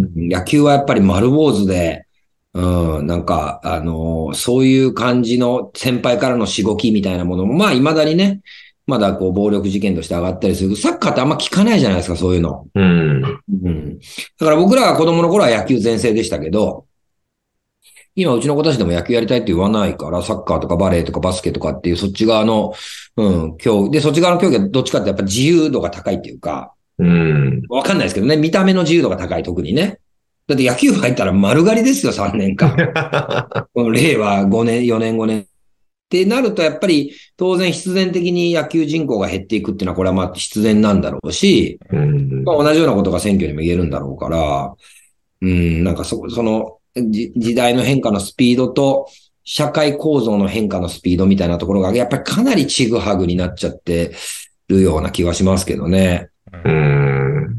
野球はやっぱり丸坊主で、うん、なんか、あのー、そういう感じの先輩からのしごきみたいなものも、まあ、未だにね、まだこう、暴力事件として上がったりする。サッカーってあんま聞かないじゃないですか、そういうの。うん。うん。だから僕らが子供の頃は野球全盛でしたけど、今うちの子たちでも野球やりたいって言わないから、サッカーとかバレーとかバスケとかっていうそっち側の、うん、競技。で、そっち側の競技はどっちかってやっぱ自由度が高いっていうか、うん。わかんないですけどね、見た目の自由度が高い、特にね。だって野球部入ったら丸刈りですよ、さんねんかん。この令和ごねん、よねん、ごねん。 ってなると、やっぱり当然必然的に野球人口が減っていくっていうのは、これはまあ必然なんだろうし、 うんまあ、同じようなことが選挙にも言えるんだろうから、うん、なんかそ、そのじ時代の変化のスピードと、社会構造の変化のスピードみたいなところが、やっぱりかなりちぐはぐになっちゃってるような気がしますけどね。 うん。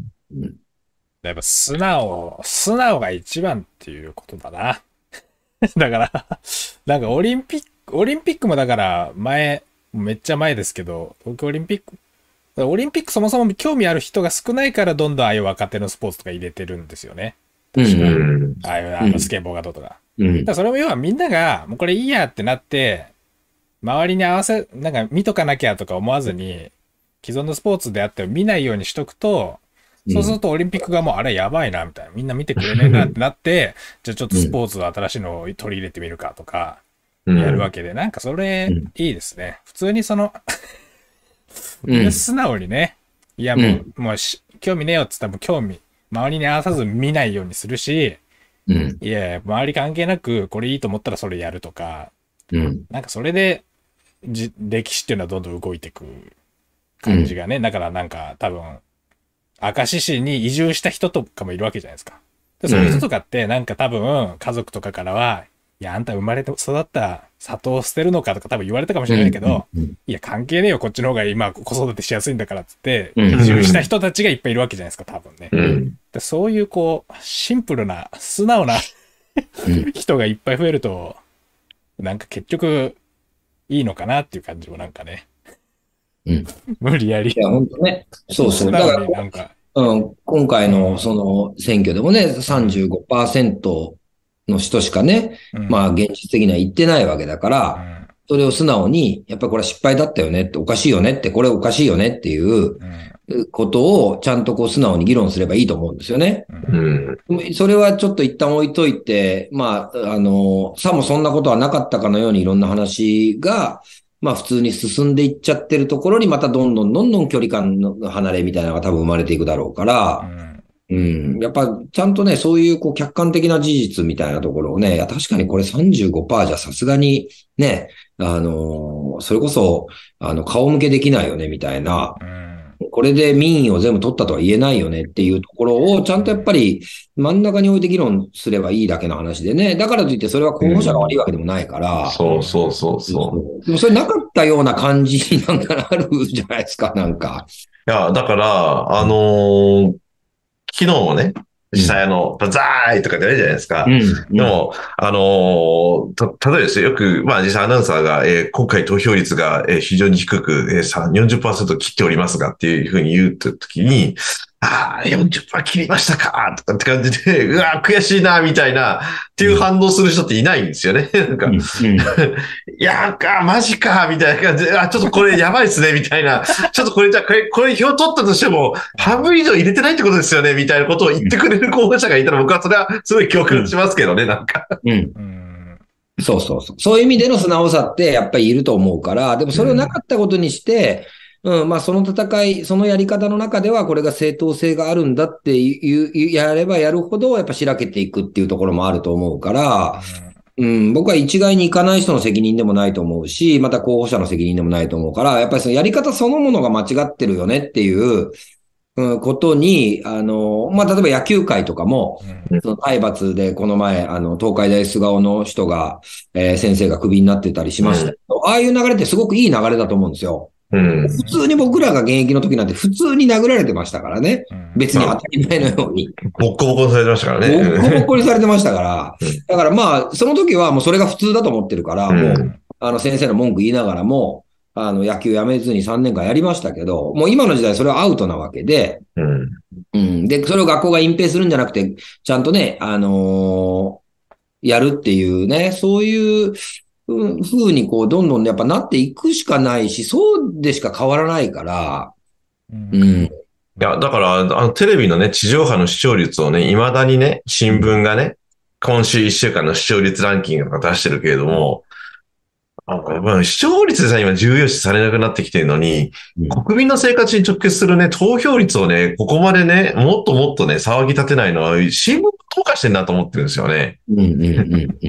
やっぱ素直、素直が一番っていうことだな。だから、なんかオリンピック、オリンピックもだから前、めっちゃ前ですけど、東京オリンピック、オリンピックそもそも興味ある人が少ないからどんどんああいう若手のスポーツとか入れてるんですよね。 うん確かにうんああいうあのスケボーがどうとか。 うんだからそれも要はみんなが、もうこれいいやってなって、周りに合わせ、なんか見とかなきゃとか思わずに、既存のスポーツであっても見ないようにしとくと、そうするとオリンピックがもうあれやばいなみたいな、みんな見てくれねえなってなって、じゃあちょっとスポーツ新しいのを取り入れてみるかとか、やるわけで、なんかそれいいですね。普通にその、 うん素直にね、いやもう、もうし興味ねえよって言ったらもう興味、周りに合わさず見ないようにするし、 うんいや、周り関係なく、これいいと思ったらそれやるとか、 うんなんかそれで、じ歴史っていうのはどんどん動いていく感じがね、だからなんか多分、明石市に移住した人とかもいるわけじゃないですか。でそういう人とかってなんか多分、家族とかからは、いや、あんた生まれて育った里を捨てるのかとか多分言われたかもしれないけど、 うんいや、関係ねえよ、こっちの方が今子育てしやすいんだからっつって、 うん移住した人たちがいっぱいいるわけじゃないですか、多分ね。 うんでそういうこう、シンプルな、素直なうん人がいっぱい増えると、なんか結局、いいのかなっていう感じもなんかね。 うん無理やり。 いや、本当ね。そうそう。 素だから直に、なんか、 うん、今回のその選挙でもね、さんじゅうごパーセントの人しかね、 うんまあ現実的には言ってないわけだかうら、 んそれを素直に、やっぱりこれは失敗だったよねって、おかしいよねって、これおかしいよねっていううんことをちゃんとこう素直に議論すればいいと思うんですよね。 うんうんそれはちょっと一旦置いといて、まあ、あの、さもそんなことはなかったかのようにいろんな話が、まあ普通に進んでいっちゃってるところにまたどんどんどんどん距離感の離れみたいなのが多分生まれていくだろうかうら、 んうん。やっぱ、ちゃんとね、そういう、こう、客観的な事実みたいなところをね、いや、確かにこれ さんじゅうごパーセント じゃさすがに、ね、あのーそれこそ、あの、顔向けできないよね、みたいな、 うんこれで民意を全部取ったとは言えないよねっていうところを、ちゃんとやっぱり真ん中に置いて議論すればいいだけの話でね、だからといってそれは候補者が悪いわけでもないから、 そうそうそうそう。 でもそれなかったような感じになんかなるじゃないですか、なんか。 いや、だから、あのー昨日もね、実際あの、バザーイとかってやるじゃないですか。 うん。 でも、あのーた、例えばですよ、よく、まあ実際アナウンサーが、えー今回投票率が、えー非常に低く、えーさよんじゅっパーセント切っておりますがっていうふうに言うときに、ああ、よんじゅっパーセント切りましたかとかって感じで、うわー悔しいな、みたいな、っていう反応する人っていないんですよね。なんか、 うんいやーか、マジか、みたいな感じで、あ、ちょっとこれやばいっすね、みたいな。ちょっとこれじゃあ、これ、これ票取ったとしても、半分以上入れてないってことですよね、みたいなことを言ってくれる候補者がいたら、僕はそれはすごい共感しますけどね、なんか。 うん。 うんそうそうそう。そういう意味での素直さってやっぱりいると思うから、でもそれをなかったことにして、うん、まあその戦い、そのやり方の中ではこれが正当性があるんだっていう、いうやればやるほどやっぱしらけていくっていうところもあると思うから、うん、僕は一概に行かない人の責任でもないと思うし、また候補者の責任でもないと思うから、やっぱりそのやり方そのものが間違ってるよねっていう、うん、ことに、あの、まあ、例えば野球界とかも、その体罰でこの前、あの、東海大菅生の人が、えー先生がクビになってたりしましたけど、ああいう流れってすごくいい流れだと思うんですよ。 うん。 普通に僕らが現役の時なんて普通に殴られてましたからね。 うん別に当たり前のように。 ボッコボコにされてましたからね。 ボッコボコにされてましたからうん。 だからまあ、その時はもうそれが普通だと思ってるから、 うんもう、あの先生の文句言いながらも、あの野球やめずにさんねんかんやりましたけど、もう今の時代それはアウトなわけで、 うん。 うん。で、それを学校が隠蔽するんじゃなくて、ちゃんとね、あのーやるっていうね、そういううん風にこう、どんどんやっぱなっていくしかないし、そうでしか変わらないから、 うんうん。 いや、だから、あの、テレビのね、地上波の視聴率をね、未だにね、新聞がね、今週いっしゅうかんの視聴率ランキングとか出してるけれども、あまあ、視聴率でさえ今重要視されなくなってきてるのに、 うん国民の生活に直結するね、投票率をね、ここまでね、もっともっとね、騒ぎ立てないのは、新聞が投下してんなと思ってるんですよね。 うんうんうんうん。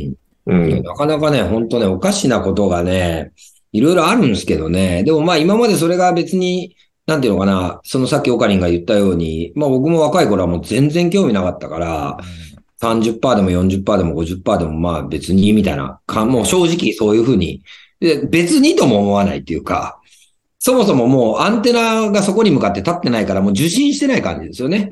うん。 なかなかね、本当ね、おかしなことがね、いろいろあるんですけどね。でもまあ今までそれが別に、なんていうのかな、そのさっきオカリンが言ったように、まあ僕も若い頃はもう全然興味なかったから、 うん。 さんじゅっパーセントでもよんじゅっパーセントでもごじゅっパーセントでもまあ別にみたいなか、もう正直そういうふうに、で別にとも思わないっていうか、そもそももうアンテナがそこに向かって立ってないからもう受信してない感じですよね。 うん。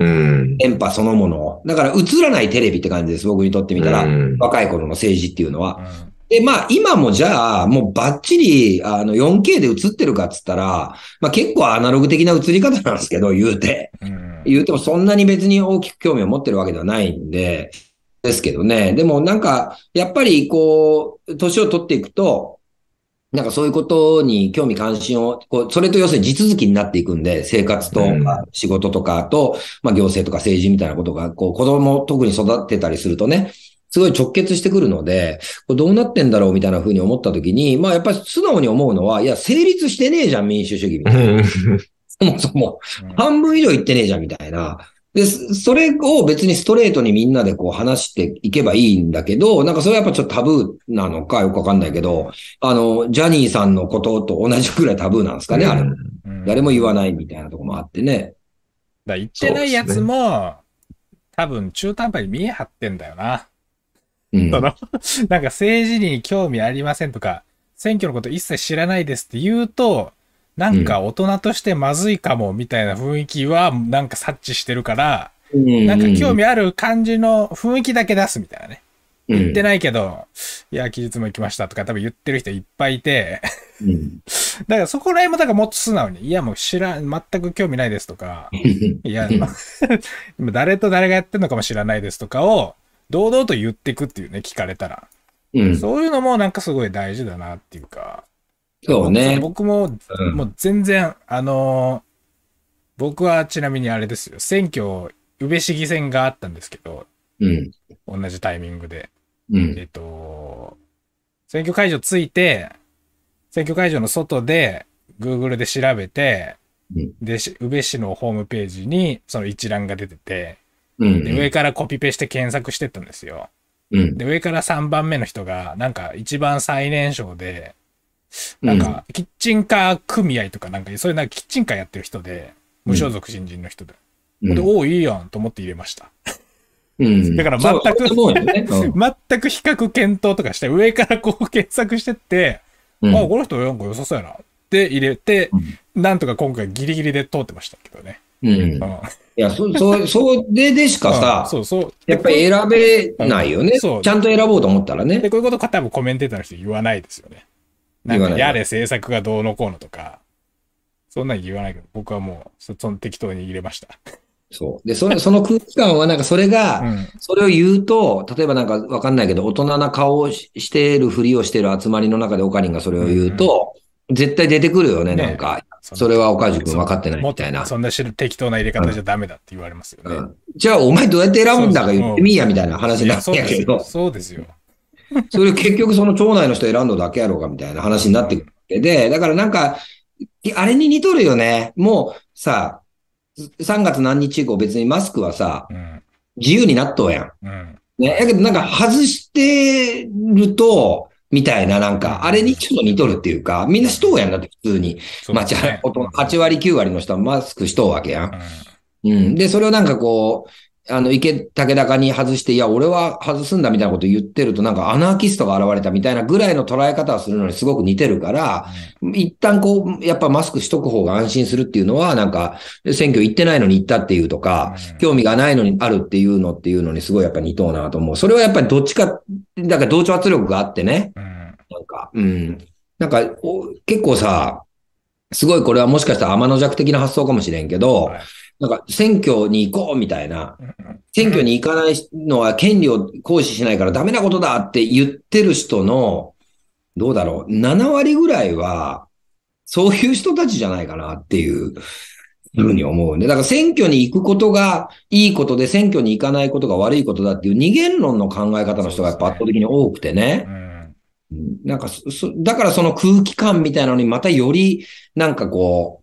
電波そのものを。だから映らないテレビって感じです。僕にとってみたうら、 ん。 若い頃の政治っていうのは。 うん。 で、まあ、今もじゃあ、もうバッチリ、あの、よんケー で映ってるかっつったら、まあ結構アナログ的な映り方なんですけど、言うて。 うん。 言うてもそんなに別に大きく興味を持ってるわけではないんで、ですけどね。でもなんか、やっぱりこう、年を取っていくと、なんかそういうことに興味関心を、こう、それと要するに地続きになっていくんで、生活とか仕事とかと、まあ行政とか政治みたいなことが、こう、子供を特に育てたりするとね、すごい直結してくるので、これどうなってんだろうみたいな風に思ったときに、まあやっぱり素直に思うのは、いや、成立してねえじゃん、民主主義みうたいな。 ん。 そもそも、 うん。 半分以上言ってねえじゃん、みたいな。で、それを別にストレートにみんなでこう話していけばいいんだけど、なんかそれはやっぱちょっとタブーなのかよくわかんないけど、あの、ジャニーさんのことと同じくらいタブーなんですかね、あれも。 うん。 誰も言わないみたいなところもあってね。 だ言ってそうないやつですね。 も、多分中途半端に見え張ってんだよな。 うん。 その、なんか政治に興味ありませんとか、選挙のこと一切知らないですって言うと、なんか大人としてまずいかもみたいな雰囲気はなんか察知してるから、 うん。 なんか興うん。 味ある感じの雰囲気だけ出すみたいなね。言ってうん。 ないけど、いや、期日も行きましたとか多分言ってる人いっぱいいて、 うん。 だからそこら辺もだからもっと素直に、いやもう知らん、全く興味ないですとか、いや、ま今誰と誰がやってんのかも知らないですとかを、堂々と言っていくっていうね、聞かれたら。 うん。 そういうのもなんかすごい大事だなっていうか、僕、そうそうね。 僕も、 うん。 もう全然、あのー僕はちなみにあれですよ、選挙、宇部市議選があったんですけど、 うん。 同じタイミングで。えっうん。 と、選挙会場着いて、選挙会場の外で、Google で調べて、 うん。 で、し宇部市のホームページにその一覧が出てて、 うん。 で、上からコピペして検索してったんですよ。 うん。 で、上からさんばんめの人が、なんか一番最年少で、 うん。 なんか、キッチンカー組合とか、なんか、そういうなんかキッチンカーやってる人で、無所属新人の人で。で、 うん。 おお、いいやんと思って入れました。 うん。 だからそう、 全くそうよね。うん。 全く比較検討とかして、上からこう検索してって、あ、 うん。 この人なんか良さそうやなって入れて、 うん。 なんとか今回ギリギリで通ってましたけどね。 うん。 うん。 いや、そ、そう、それでしかうん、 さ、 そうそう。で、 やっぱりこういう、 選べうん、 ないよね。 そう。 ちゃんと選ぼうと思ったらで、 ね。 こういうことか多分コメンテーターの人言わないですよね。なんか、 言わないわ。 やれ制作がどうのこうのとか、そんなん言わないけど、僕はもう、そ、その適当に入れました。 そう。で、それ、その空気感はなんかそれが、 うん。 それを言うと、例えばなんかわかんないけど、大人な顔をししているふりをしている集まりの中でオカリンがそれうんうを言うん。 と、絶対出てくるよね、なんねえ。 か。 そんな、 それは岡地君分かそう。 ってないもっと、 みたいな。 そんな知る適当な入れうん。 方じゃダメだって言われますよね。 うん。じゃあ、お前どうやって選ぶんだかそうそう。 言ってみいや、みたいなうん。いや、 話になるんそうですよ。 やけど、 そうですよ。 それ結局その町内の人選んだだけやろうかみたいな話になってくるわけで、だからなんか、あれに似とるよね。もうさ、さんがつ何日以降別にマスクはさ、 うん。 自由になっとうやん。 うん。 ね。だけどなんか外してると、みたいななんうん。うか、あれにん。 ちょっと似とるっていうか、みんなしとうやんだって普通に。 そうまあ、じゃあ、 ですね。うん。 はち割きゅう割の人はマスクしとうわけやん。 うん。 うん。で、それをなんかこう、あの、池竹高に外して、いや、俺は外すんだみたいなこと言ってると、なんかアナーキストが現れたみたいなぐらいの捉え方をするのにすごく似てるから、一旦こう、やっぱマスクしとく方が安心するっていうのは、なんか、選挙行ってないのに行ったっていうとか、興味がないのにあるっていうのっていうのにすごいやっぱ似とうなと思う。それはやっぱりどっちか、だから同調圧力があってね、 うん。うん。 なんか、うん。なんか、お結構さ、すごいこれはもしかしたら天の弱的な発想かもしれんけど、 はい。 なんか選挙に行こうみたいな、 うん。 選挙に行かないのは権利を行使しないからダメなことだって言ってる人の、どうだろう、なな割ぐらいは、そういう人たちじゃないかなっていうふうに思うんで。だから選挙に行くことがいいことで、選挙に行かないことが悪いことだっていう二元論の考え方のそう人がやっぱ圧倒ですね。 的に多くてね。 うん。 うん。なんかそ、そだからその空気感みたいなのにまたより、なんかこう、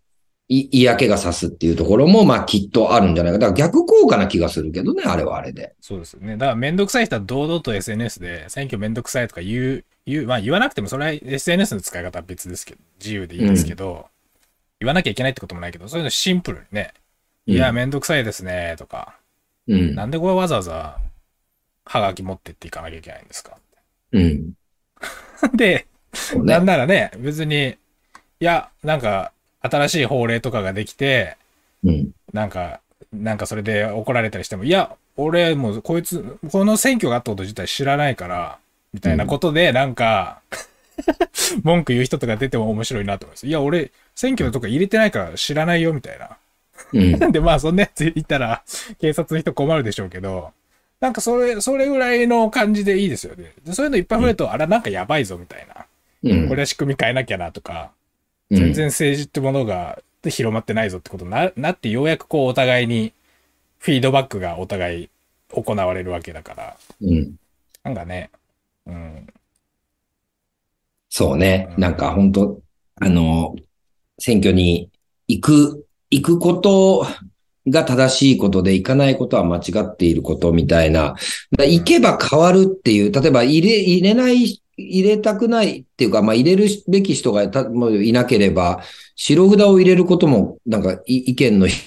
い嫌気がさすっていうところも、まあきっとあるんじゃないか。だから逆効果な気がするけどね、あれはあれで。 そうですよね。だからめんどくさい人は堂々と エスエヌエス で選挙めんどくさいとか言う、言う、まあ言わなくてもそれは エスエヌエス の使い方は別ですけど、自由でいいですけど、うん、言わなきゃいけないってこともないけど、そういうのシンプルにね、うん、いや、めんどくさいですね、とか、うん、なんでこれわざわざハガキ持ってっていかなきゃいけないんですか。うん。で、ね、なんならね、別に、いや、なんか、新しい法令とかができて、うん、なんか、なんかそれで怒られたりしても、いや、俺もうこいつ、この選挙があったこと自体知らないから、みたいなことで、なんか、うん、文句言う人とか出ても面白いなと思います。いや、俺、選挙とか入れてないから知らないよ、みたいな。うん、で、まあ、そんなやつ言ったら、警察の人困るでしょうけど、なんかそれ、それぐらいの感じでいいですよね。でそういうのいっぱい増えると、うん、あれなんかやばいぞ、みたいな。うん、これは仕組み変えなきゃな、とか。全然政治ってものが広まってないぞってことに な, なってようやくこうお互いにフィードバックがお互い行われるわけだから、うん、なんかね、うん、 そうね、うん、なんか本当あの選挙に行く行くことが正しいことで行かないことは間違っていることみたいな、だ行けば変わるっていう、例えば入れ入れない入れたくないっていうか、まあ入れるべき人がたもういなければ、白札を入れることも、なんか意見の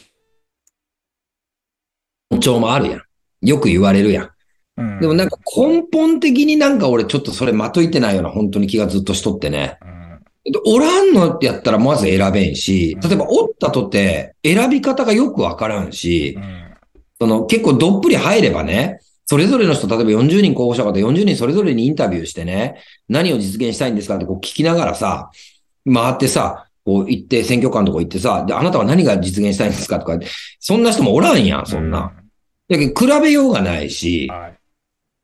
尊重もあるやん。よく言われるやん。うん、でもなんか根本的になんか俺ちょっとそれまといてないような本当に気がずっとしとってね。うん、おらんのやったらまず選べんし、例えばおったとて選び方がよくわからんし、うん、その結構どっぷり入ればね、それぞれの人、例えばよんじゅうにん候補者がよんじゅうにんそれぞれにインタビューしてね、何を実現したいんですかってこう聞きながらさ、回ってさ、こう行って選挙官のとこ行ってさ、で、あなたは何が実現したいんですかとか、そんな人もおらんやん、そんな。うん、だけど比べようがないし、はい、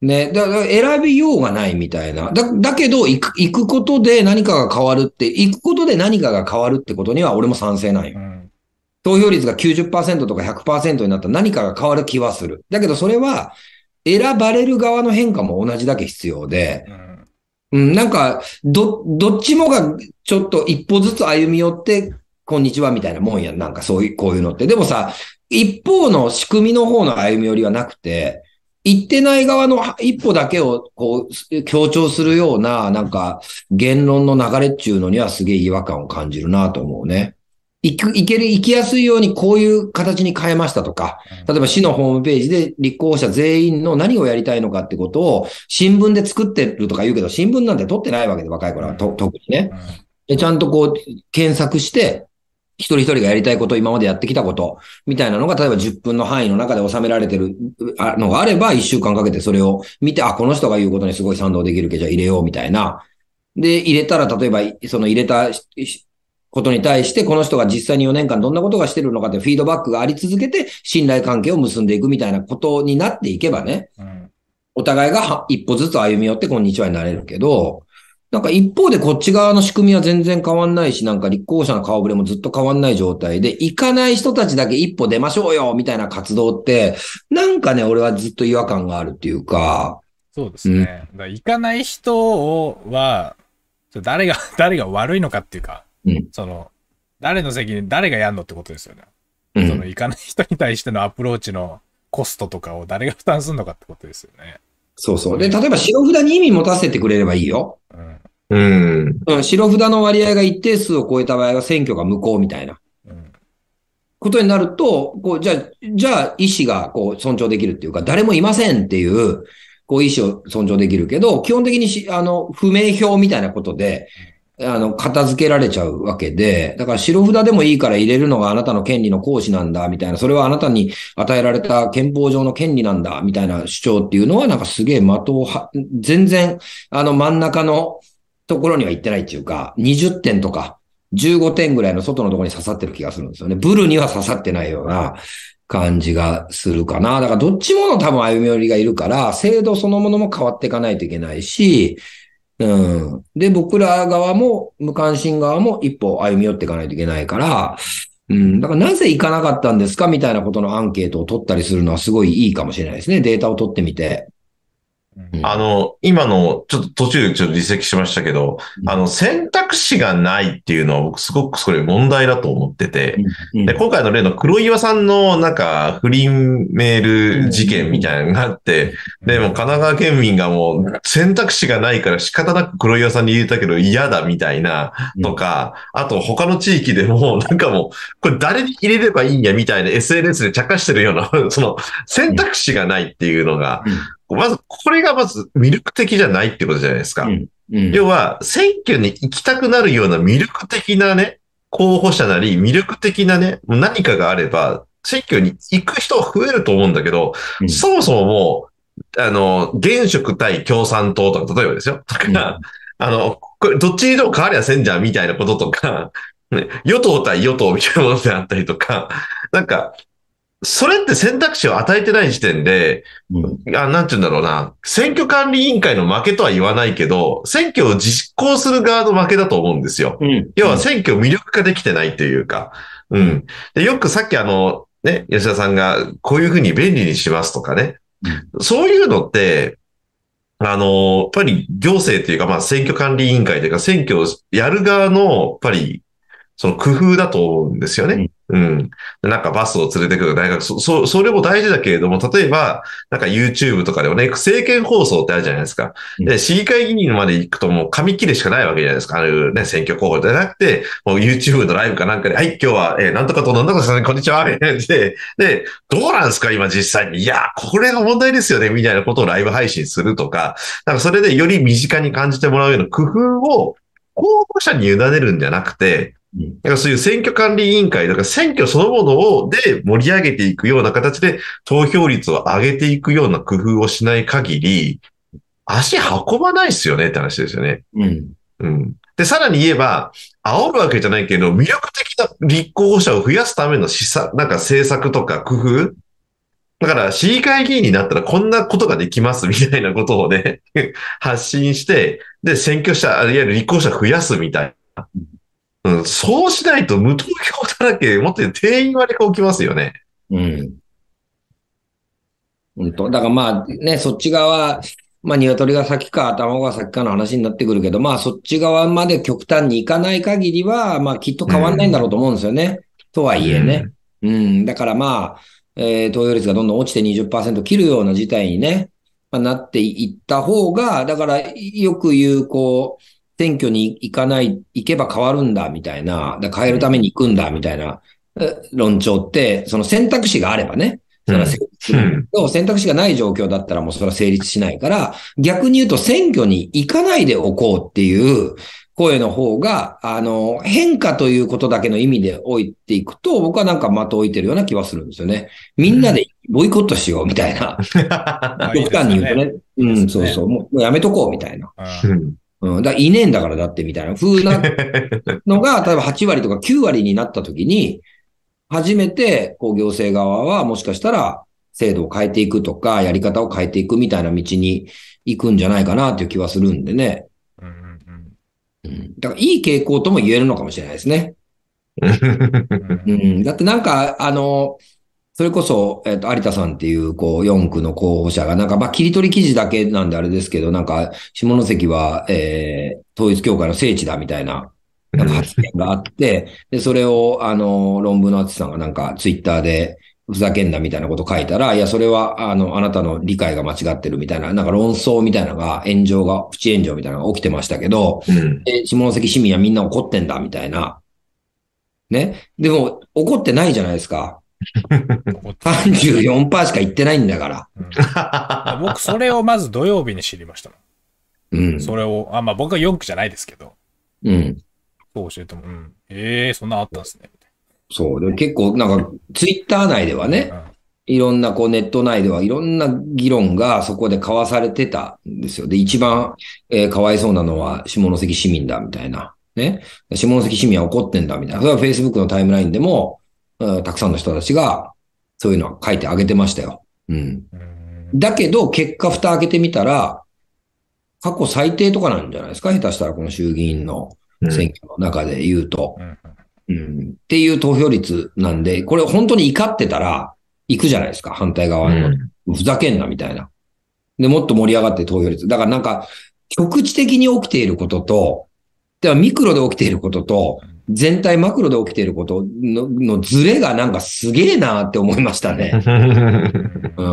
ね、だから選びようがないみたいな。だ、だけど行く、行くことで何かが変わるって、行くことで何かが変わるってことには俺も賛成なんよ。うん、投票率が きゅうじゅっパーセント とか ひゃくパーセント になったら何かが変わる気はする。だけどそれは、選ばれる側の変化も同じだけ必要で、うん、なんか、ど、どっちもがちょっと一歩ずつ歩み寄って、こんにちはみたいなもんやん。なんかそういう、こういうのって。でもさ、一方の仕組みの方の歩み寄りはなくて、行ってない側の一歩だけをこう強調するような、なんか言論の流れっていうのにはすげえ違和感を感じるなと思うね。行く、行ける、行きやすいようにこういう形に変えましたとか、例えば市のホームページで立候補者全員の何をやりたいのかってことを新聞で作ってるとか言うけど、新聞なんて取ってないわけで、若い頃はと特にね。で、ちゃんとこう検索して、一人一人がやりたいこと、今までやってきたこと、みたいなのが、例えばじゅっぷんの範囲の中で収められてるのがあれば、いっしゅうかんかけてそれを見て、あ、この人が言うことにすごい賛同できるけど、じゃあ入れようみたいな。で、入れたら、例えば、その入れたことに対して、この人が実際によねんかんどんなことがしてるのかってフィードバックがあり続けて、信頼関係を結んでいくみたいなことになっていけばね、うん、お互いが一歩ずつ歩み寄ってこんにちはになれるけど、なんか一方でこっち側の仕組みは全然変わんないし、なんか立候補者の顔ぶれもずっと変わんない状態で、行かない人たちだけ一歩出ましょうよみたいな活動って、なんかね、俺はずっと違和感があるっていうか。 そうですね。うん、だ行かない人をは、誰が、誰が悪いのかっていうか、うん、その、誰の責任、誰がやんのってことですよね。うん、その行かない人に対してのアプローチのコストとかを誰が負担するのかってことですよね。 そうそう。で、例えば白札に意味持たせてくれればいいよ。うん。うん。白札の割合が一定数を超えた場合は選挙が無効みたいな。うん。ことになると、こう、じゃあ、じゃあ、意思がこう尊重できるっていうか、誰もいませんっていう、こう、意思を尊重できるけど、基本的にし、あの、不明票みたいなことで、あの、片付けられちゃうわけで、だから白札でもいいから入れるのがあなたの権利の行使なんだ、みたいな、それはあなたに与えられた憲法上の権利なんだ、みたいな主張っていうのは、なんかすげえ的をは、全然、あの真ん中のところには行ってないっていうか、にじゅってんとかじゅうごてんぐらいの外のところに刺さってる気がするんですよね。ブルには刺さってないような感じがするかな。だからどっちもの多分歩み寄りがいるから、制度そのものも変わっていかないといけないし、うん。で、僕ら側も、無関心側も一歩歩み寄っていかないといけないから、うん。だからなぜ行かなかったんですかみたいなことのアンケートを取ったりするのはすごいいいかもしれないですね。データを取ってみて。 あの、今の、ちょっと途中でちょっと離席しましたけど、あの、選択肢がないっていうのは僕すごくそれ問題だと思ってて、で、今回の例の黒岩さんのなんか不倫メール事件みたいなのがあって、で、もう神奈川県民がもう選択肢がないから仕方なく黒岩さんに入れたけど嫌だみたいなとか、あと他の地域でもなんかもう、これ誰に入れればいいんやみたいな エスエヌエス で茶化してるような、その選択肢がないっていうのが、まず、これがまず魅力的じゃないってことじゃないですか。うんうん、要は、選挙に行きたくなるような魅力的なね、候補者なり、魅力的なね、何かがあれば、選挙に行く人は増えると思うんだけど、うん、そもそももう、あの、現職対共産党とか、例えばですよ。とか、うん、あの、これ、どっちにでも変わりゃせんじゃんみたいなこととか、ね、与党対与党みたいなものであったりとか、なんか、それって選択肢を与えてない時点で、うん、あ、なんて言うんだろうな、選挙管理委員会の負けとは言わないけど、選挙を実行する側の負けだと思うんですよ。うん、要は選挙を魅力化できてないというか、うん。で、よくさっきあの、ね、吉田さんがこういうふうに便利にしますとかね、うん、そういうのって、あの、やっぱり行政というか、まあ選挙管理委員会というか、選挙をやる側の、やっぱり、その工夫だと思うんですよね。うん。なんかバスを連れてくる大学、そ、そ、それも大事だけれども、例えば、なんか YouTube とかでもね、政見放送ってあるじゃないですか。で、市議会議員まで行くともう紙切れしかないわけじゃないですか。ああいうね、選挙候補じゃなくて、もう YouTube のライブかなんかで、はい、今日は、えー、なんとかとなんとかさん、こんにちは、で、で、どうなんですか今実際に。いや、これが問題ですよね、みたいなことをライブ配信するとか、なんかそれでより身近に感じてもらうような工夫を候補者に委ねるんじゃなくて、だからそういう選挙管理委員会とか選挙そのものをで盛り上げていくような形で投票率を上げていくような工夫をしない限り、足運ばないですよねって話ですよね。うん。うん。で、さらに言えば、煽るわけじゃないけど、魅力的な立候補者を増やすための施策、なんか政策とか工夫。だから、市議会議員になったらこんなことができますみたいなことをね、発信して、で、選挙者、いわゆる立候補者増やすみたいな。うん、そうしないと無投票だらけ、もっと定員割れが起きますよね。 うん。本当。だからまあね、そっち側、まあ鶏が先か卵が先かの話になってくるけど、まあそっち側まで極端にいかない限りは、まあきっと変わんないんだろうと思うんですよね。うん、とはいえね。うん、うん。だからまあ、えー、投票率がどんどん落ちて にじゅっパーセント 切るような事態にね、まあ、なっていった方が、だからよく言う、こう、選挙に行かない、行けば変わるんだ、みたいな、だ変えるために行くんだ、みたいな論調って、その選択肢があればね、それは成立するけど、選択肢がない状況だったらもうそれは成立しないから、逆に言うと選挙に行かないでおこうっていう声の方が、あの、変化ということだけの意味で置いていくと、僕はなんか的を置いてるような気はするんですよね。みんなでボイコットしよう、みたいな。極端に言うとね。うん、そうそう。もうやめとこう、みたいな。うんうん、だいねえんだからだってみたいな風なのが、例えばはち割とかきゅう割になった時に、初めて、こう行政側はもしかしたら制度を変えていくとか、やり方を変えていくみたいな道に行くんじゃないかなっていう気はするんでね。うんうんうん、だからいい傾向とも言えるのかもしれないですね。うん、だってなんか、あの、それこそ、えっと、有田さんっていう、こう、よん区の候補者が、なんか、まあ、切り取り記事だけなんであれですけど、なんか、下関は、えー、統一教会の聖地だみたいな、なんか発言があって、で、それを、あの、論文の厚さんがなんか、ツイッターで、ふざけんなみたいなこと書いたら、いや、それは、あの、あなたの理解が間違ってるみたいな、なんか論争みたいなのが、炎上が、プチ炎上みたいなのが起きてましたけど、うん、で下関市民はみんな怒ってんだ、みたいな。ね。でも、怒ってないじゃないですか。さんじゅうよんパーセント しか言ってないんだから。 うん、僕、それをまず土曜日に知りましたもん。うん。それを、あ、まあ僕はよん区じゃないですけど。うん。そう教えても、うん。ええー、そんなあったんですね。 そう。で結構、なんか、ツイッター内ではね、うん、いろんな、こう、ネット内ではいろんな議論がそこで交わされてたんですよ。で、一番、えー、かわいそうなのは下関市民だ、みたいな。ね。下関市民は怒ってんだ、みたいな。それは Facebook のタイムラインでも、たくさんの人たちが、そういうのは書いてあげてましたよ。うん。だけど、結果蓋開けてみたら、過去最低とかなんじゃないですか？下手したらこの衆議院の選挙の中で言うと。うん。うん、っていう投票率なんで、これ本当に怒ってたら、行くじゃないですか。反対側の。ふざけんな、みたいな。 で、もっと盛り上がって投票率。だからなんか、局地的に起きていることと、ではミクロで起きていることと、全体マクロで起きていることの、のズレがなんかすげえなって思いましたね。うん。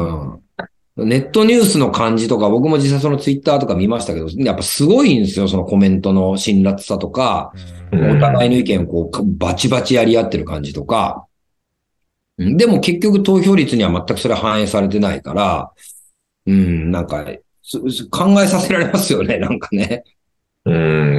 ネットニュースの感じとか、僕も実際そのツイッターとか見ましたけど、やっぱすごいんですよ、そのコメントの辛辣さとか、お互いの意見をこうバチバチやり合ってる感じとか、でも結局投票率には全くそれは反映されてないから、うん、なんか、考えさせられますよね、なんかね。 うん、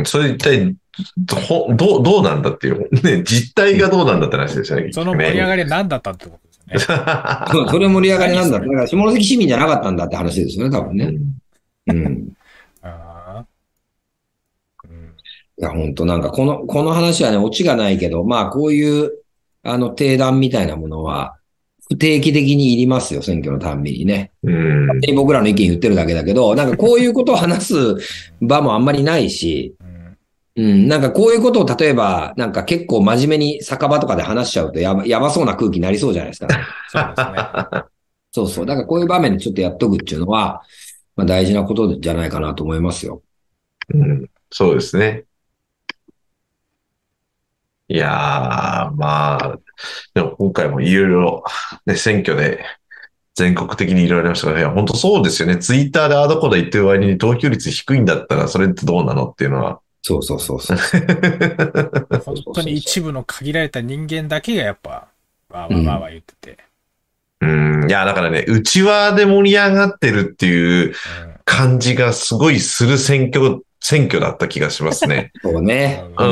それ一体、ど、どう、どうなんだっていう、ね、実態がどうなんだって話ですよね。 その盛り上がりは何だったってことですよね。 そう、それ盛り上がりなんだ。だから下関市民じゃなかったんだって話ですよね、多分ね。うん。 あうん、いや、本当なんかこの、この話はね、オチがないけど、まあこういう、あの、定談みたいなものは、不定期的にいりますよ、選挙のたんびにね。 うん。 勝手に僕らの意見言ってるだけだけど、なんかこういうことを話す場もあんまりないし、うん、なんかこういうことを例えば、なんか結構真面目に酒場とかで話しちゃうとやば、やばそうな空気になりそうじゃないですか、ね。 そうですね。 そうそう。だからこういう場面でちょっとやっとくっていうのは、まあ大事なことじゃないかなと思いますよ。 うん、そうですね。いやー、まあ、でも今回もいろいろ、ね、選挙で全国的にいろいろありましたが、いや、本当そうですよね。ツイッターであどこだ言ってる割に投票率低いんだったら、それってどうなのっていうのは。 そうそうそうそう。 本当に一部の限られた人間だけがやっぱ、わーわーわーわー言ってて。 うん、いや、だからね、内輪で盛り上がってるっていう感じがすごいする選挙、選挙だった気がしますね。 そうね。 うん。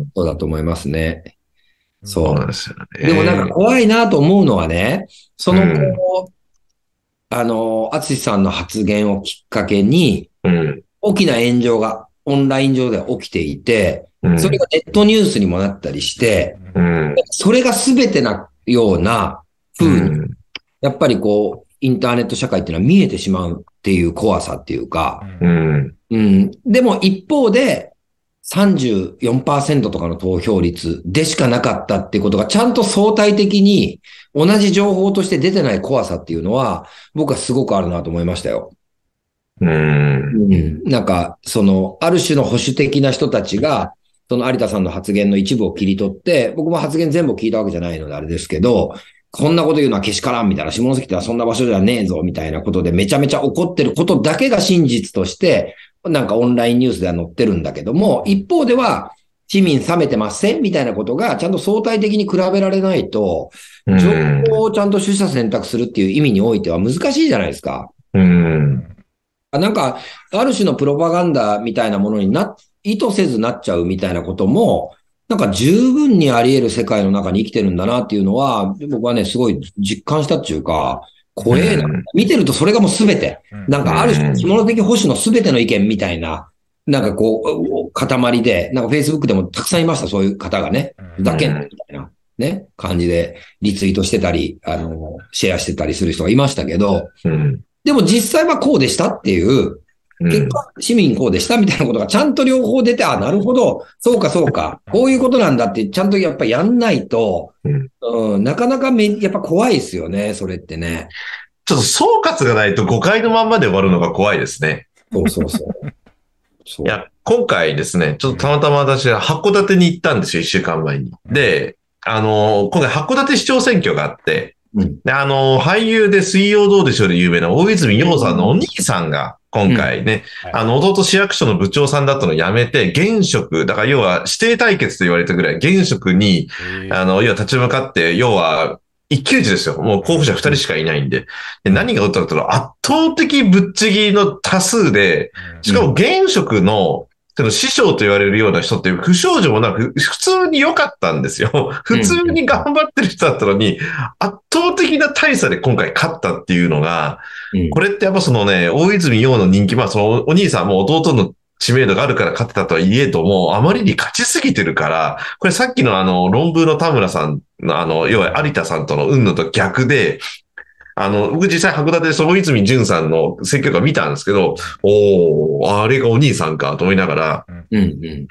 そうだと思いますね。そう。 そうなんですよね。 でもなんか怖いなと思うのはね、そのこう、うん、あの、淳さんの発言をきっかけに、うん、大きな炎上がオンライン上では起きていて、うん、それがネットニュースにもなったりして、うん、それが全てなような風に、うん、やっぱりこう、インターネット社会っていうのは見えてしまうっていう怖さっていうか、うんうん、でも一方で、さんじゅうよんパーセント とかの投票率でしかなかったっていうことがちゃんと相対的に同じ情報として出てない怖さっていうのは僕はすごくあるなと思いましたよ。 うんうん、 なんか、その、ある種の保守的な人たちが、その有田さんの発言の一部を切り取って、僕も発言全部聞いたわけじゃないのであれですけど、こんなこと言うのはけしからんみたいな、下関ではそんな場所じゃねえぞみたいなことでめちゃめちゃ怒ってることだけが真実として、なんかオンラインニュースでは載ってるんだけども、一方では市民冷めてませんみたいなことがちゃんと相対的に比べられないと、情報をちゃんと取捨選択するっていう意味においては難しいじゃないですか。 うんなんか、ある種のプロパガンダみたいなものにな、意図せずなっちゃうみたいなことも、なんか十分にあり得る世界の中に生きてるんだなっていうのは、僕はね、すごい実感したっていうか、怖えな。見てるとそれがもうすべて、なんかある種、下的保守のすべての意見みたいな、なんかこう、塊で、なんか Facebook でもたくさんいました、そういう方がね。ふざけんなみたいな、ね、感じでリツイートしてたり、あの、シェアしてたりする人がいましたけど、 うんでも実際はこうでしたっていう、結果、市民こうでしたみたいなことがちゃんと両方出て、あ、なるほど、そうかそうか、こういうことなんだってちゃんとやっぱやんないと、うんうん、なかなかめ、やっぱ怖いですよね、それってね。 ちょっと総括がないと誤解のまんまで終わるのが怖いですね。 そうそうそう。 そういや、今回ですね、ちょっとたまたま私は函館に行ったんですよ、一週間前に。で、あの、今回函館市長選挙があって、うん、で、あの、俳優で水曜どうでしょうで有名な大泉洋さんのお兄さんが今回ね、うんはい、あの、弟市役所の部長さんだったのを辞めて、現職、だから要は指定対決と言われたぐらい、現職に、あの、要は立ち向かって、要は、一騎打ちですよ。もう候補者二人しかいないんで。で何が起きたかというと、圧倒的ぶっちぎりの多数で、しかも現職の、その師匠と言われるような人って不祥事もなく、普通に良かったんですよ。普通に頑張ってる人だったのに、圧倒的な大差で今回勝ったっていうのが、これってやっぱそのね、大泉洋の人気、まあそのお兄さんも弟の知名度があるから勝ってたとはいえども、あまりに勝ちすぎてるから、これさっきのあの論文の田村さんのあの、要は有田さんとの運のと逆で、あの、僕実際函館で大泉潤さんの選挙カー見たんですけど、おー、あれがお兄さんかと思いながら、うんうん、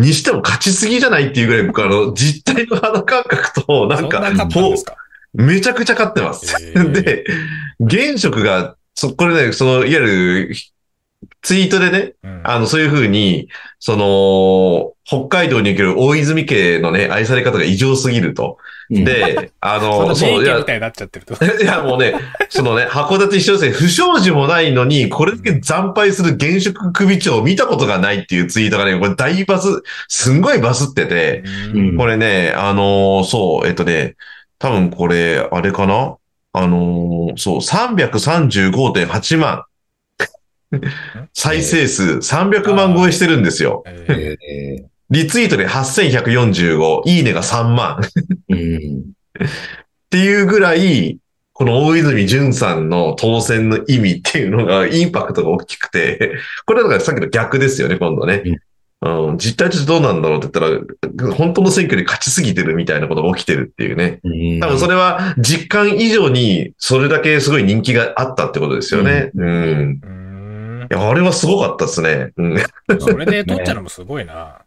にしても勝ちすぎじゃないっていうぐらい僕あの、実態の肌感覚と、なんか、 そんな勝ったんですか？ めちゃくちゃ勝ってます。で、現職がそ、これね、その、いわゆる、ツイートでね、 うん。 あの、そういうふうに、その、北海道における大泉家のね、愛され方が異常すぎると。 うんで、あの、 そのそう、いや、 名家みたいになっちゃってると。 いや、もうね、そのね、函館市長選、不祥事もないのに、これだけ惨敗する現職首長を見たことがないっていうツイートがね、これ大バズ、すんごいバズってて、 うんこれね、あのーそう、えっとね、多分これ、あれかなあのーそう、さんびゃくさんじゅうごてんはちまん、再生数さんびゃくまん超えしてるんですよ。 ええーリツイートではっせんひゃくよんじゅうご、いいねがさんまん。 うんっていうぐらい、この大泉潤さんの当選の意味っていうのが、インパクトが大きくて、これはだからさっきの逆ですよね、今度ね。うん、実態としてどうなんだろうって言ったら、本当の選挙で勝ちすぎてるみたいなことが起きてるっていうね。 うん多分それは実感以上にそれだけすごい人気があったってことですよね。うん。 ー、うーん。 いや、あれはすごかったですね。うん。 それで取っちゃうのもすごいな。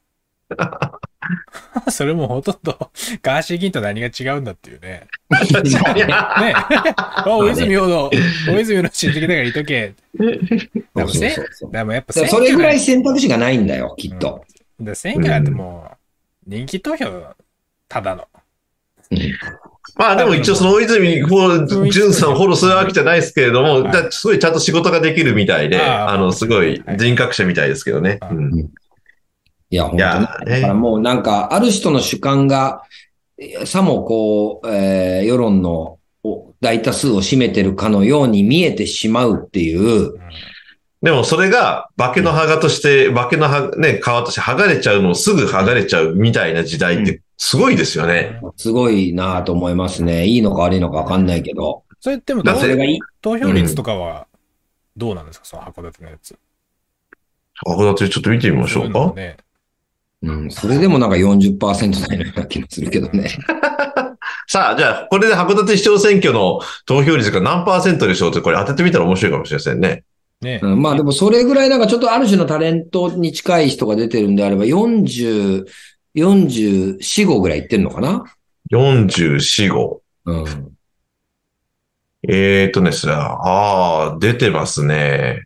それもほとんどガーシー議員と何が違うんだっていうね。ね。あ、大泉洋の、大泉洋の親戚だからいとけ。でもそうせそうそうでもやっぱだからそれぐらい選択肢がないんだよ、きっと。 で選挙なんてもう、人気投票、ただの。 うんまあでも一応その大泉潤さんをフォローするわけじゃないですけれども、 はいだすごいちゃんと仕事ができるみたいで、 あああの、すごい人格者みたいですけどね。 はいうんいや、本いや当に。だからもうなんか、ある人の主観が、さもこう、えー世論のお大多数を占めてるかのように見えてしまうっていう、 でもそれが化けの葉として、化けの葉、ね、皮として剥がれちゃうのをすぐ剥がれちゃうみたいな時代ってすごいですよね。 すごいなぁと思いますね。いいのか悪いのかわかんないけど。 それでもだってそれがいい。 投票率とかはどうなんですか、その函館のやつ。 函館ちょっと見てみましょうか。 ね。 うん、それでもなんかよんじゅっパーセント台のような気もするけどね。 さあ、じゃあ、これで函館市長選挙の投票率が何パーセントでしょうって、これ当ててみたら面白いかもしれませんね。 ね。 うん、まあでもそれぐらいなんかちょっとある種のタレントに近い人が出てるんであればよんじゅう、よんじゅうよん、ごぐらいいってんのかな。 よんじゅうよん、ご。 うん。 えーとですね、ああ、出てますね。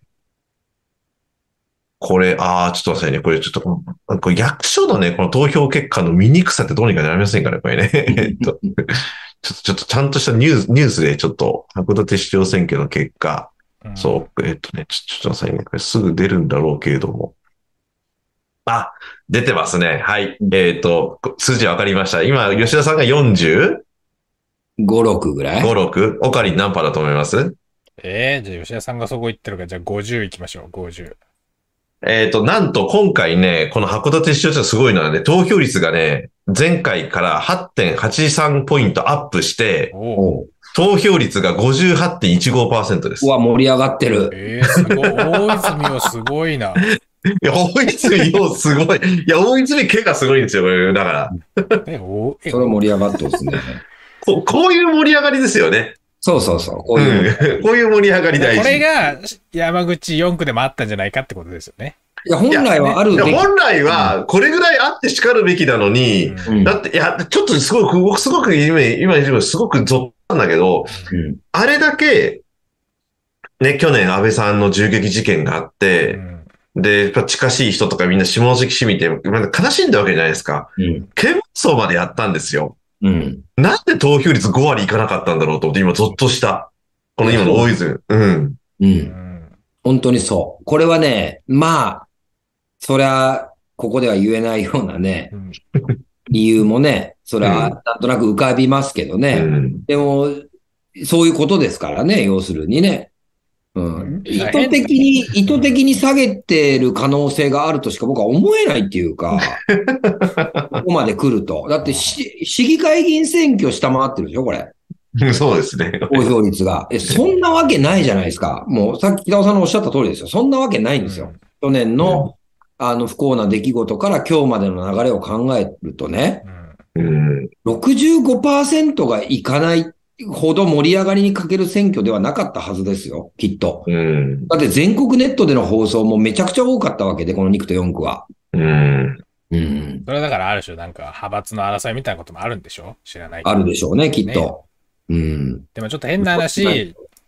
これ、ああ、ちょっと待ってくださいね。これちょっと、これ役所のね、この投票結果の見にくさってどうにかなりませんかね、これね。えっと、ちょっと、ちょっとちゃんとしたニュース、ニュースでちょっと、函館市長選挙の結果、 うんそう、えっとね、ちょちょっと待ってくださいね。これすぐ出るんだろうけれども。あ、出てますね。はい。えっと、数字わかりました。今、吉田さんが よんじゅうご、ろくぐらいご、ろく。オカリン何パーだと思います？ えー、じゃあ吉田さんがそこ行ってるから、じゃあごじゅう行きましょう、ごじゅう。 えっと、なんと今回ね、この函館市長選すごいのはね、投票率がね、前回から はってんはちさん ポイントアップして、 おお。 おう投票率が ごじゅうはちてんいちごパーセント です。 うわ、盛り上がってる。 えー、すごい。大泉はすごいな。 いや、大泉洋すごい。いや、大泉家がすごいんですよ、これ。だから、 え、おえそれ盛り上がってますね。 ここういう盛り上がりですよね。 そうそうそう。こういう。 うん。こういう盛り上がり大事。 これが山口よん区でもあったんじゃないかってことですよね。 いや、本来はあるいやべき。 本来は、これぐらいあって叱るべきなのに、 うんうんだって、いや、ちょっとすごく、僕すごく今、今、今すごくゾッとしたんだけど、 うんあれだけ、ね、去年安倍さんの銃撃事件があっうて、 んで、やっぱ近しい人とかみんな下関市民って、まだ悲しんだわけじゃないですか。 うん。 県層までやったんですよ。 うん。 なんで投票率ご割いかなかったんだろうと思って、今ゾッとした。この今の大泉。うん。 う。 うんん本当にそう。これはね、まあ、そりゃ、ここでは言えないようなね、 うん理由もね、それうんはなんとなく浮かびますけどうね。 ん。 でも、そういうことですからね、要するにね。ううんん、意図的に、意図的に下げてる可能性があるとしか僕は思えないっていうか、ここまで来ると。だってし、市議会議員選挙下回ってるでしょ、これ。 そうですね。 投票率が。え、そんなわけないじゃないですか。もう、さっき北尾さんのおっしゃった通りですよ。そんなわけないんですよ。去年の、あの、不幸な出来事から今日までの流れを考えるとね、 うんうん。 ろくじゅうごパーセントがいかないほど盛り上がりに欠ける選挙ではなかったはずですよ、きっと。 うん。 だって全国ネットでの放送もめちゃくちゃ多かったわけで、このに区とよん区は。 うん。 うん。 それはだからある種なんか派閥の争いみたいなこともあるんでしょ知らないけどあるでしょうね、きっと。うん。 でもちょっと変なは話、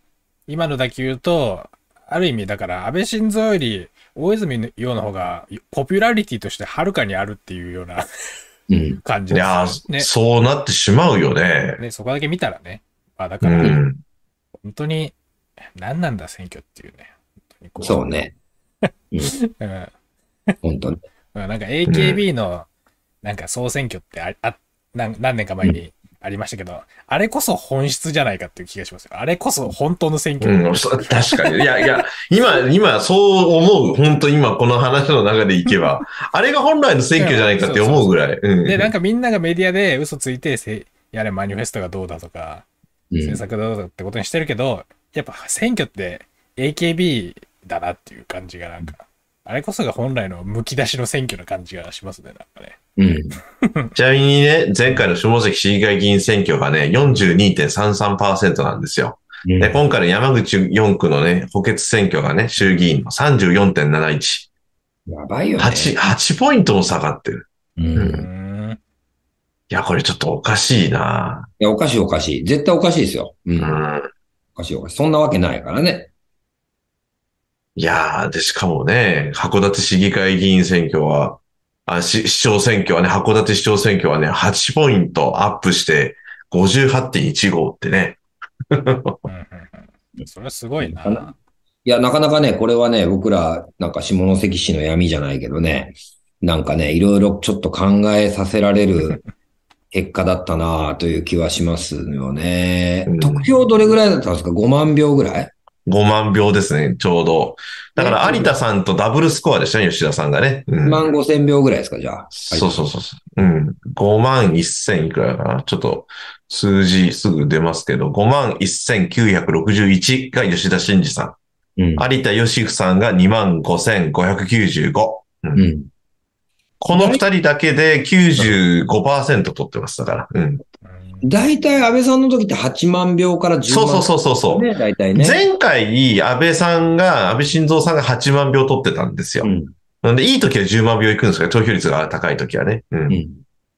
今のだけ言うと、ある意味だから安倍晋三より大泉洋の方がポピュラリティとしてはるかにあるっていうようなうん。 感じですいやよね。 ー、そうなってしまうよね。 ね、そこだけ見たらね。まあだうから、 ん。 本当に何なんだ選挙っていうね。本当にこそうね。 うん本当に。 うんなんか エーケービー のなんか総選挙ってああ何何年か前にありましたけど、あれこそ本質じゃないかっていう気がしますよ。あれこそ本当の選挙。 うん、そ確かに。いやいや、今、今、そう思う。本当今この話の中でいけば、あれが本来の選挙じゃないかって思うぐらい。うんで、なんかみんながメディアで嘘ついてせ、やれマニフェストがどうだとか、 うん政策がどうだってことにしてるけど、やっぱ選挙って エーケービー だなっていう感じがなんか、あれこそが本来の剥き出しの選挙な感じがしますね、なんかね。 うん。 ちなみにね、前回の下関市議会議員選挙がね、よんじゅうにてんさんさんパーセント なんですよ。 うんで、今回の山口よん区のね、補欠選挙がね、衆議院の さんじゅうよんてんなないち。 やばいよね。 はち、はちポイントも下がってる。 う。 うんいん。 や、これちょっとおかしいないや、おかしいおかしい。絶対おかしいですよ。うん。 うおん。 かしいおかしい。そんなわけないからね。 いやー、で、しかもね、函館市議会議員選挙は、あ、市、市長選挙はね、函館市長選挙はね、はちポイントアップして、ごじゅうはちてんいちごってね。 うんうんうんそれはすごいな。 いや、なかなかね、これはね、僕ら、なんか下関市の闇じゃないけどね、なんかね、いろいろちょっと考えさせられる結果だったなという気はしますよね。 うん得票どれぐらいだったんですか？ ご 万票ぐらい？ ごまん票ですね、ちょうど。だから、有田さんとダブルスコアでしたね、吉田さんがね。うんいちまんごせん票ぐらいですか、じゃあ。 そうそうそうそう。うん。ごまんせんいくらかな。ちょっと数字すぐ出ますけど、ごまんせんきゅうひゃくろくじゅういちが吉田真二さん。 うん。 有田義夫さんがにまんごせんごひゃくきゅうじゅうご。うんうん。 この二人だけで きゅうじゅうごパーセント 取ってます、だから。うん。 うん大体安倍さんの時ってはちまん票からじゅうまんそうそうそうそうそう。 ね、大体ね。 前回、安倍さんが、安倍晋三さんがはちまん票取ってたんですよ。 うん。 なんで、いい時はじゅうまん票いくんですけど、投票率が高い時はね。うん。 うん。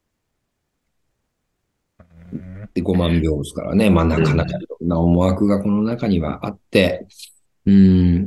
で、ごまん票ですからね。まあ、なかなかいろんな思惑がこの中にはあって、うん、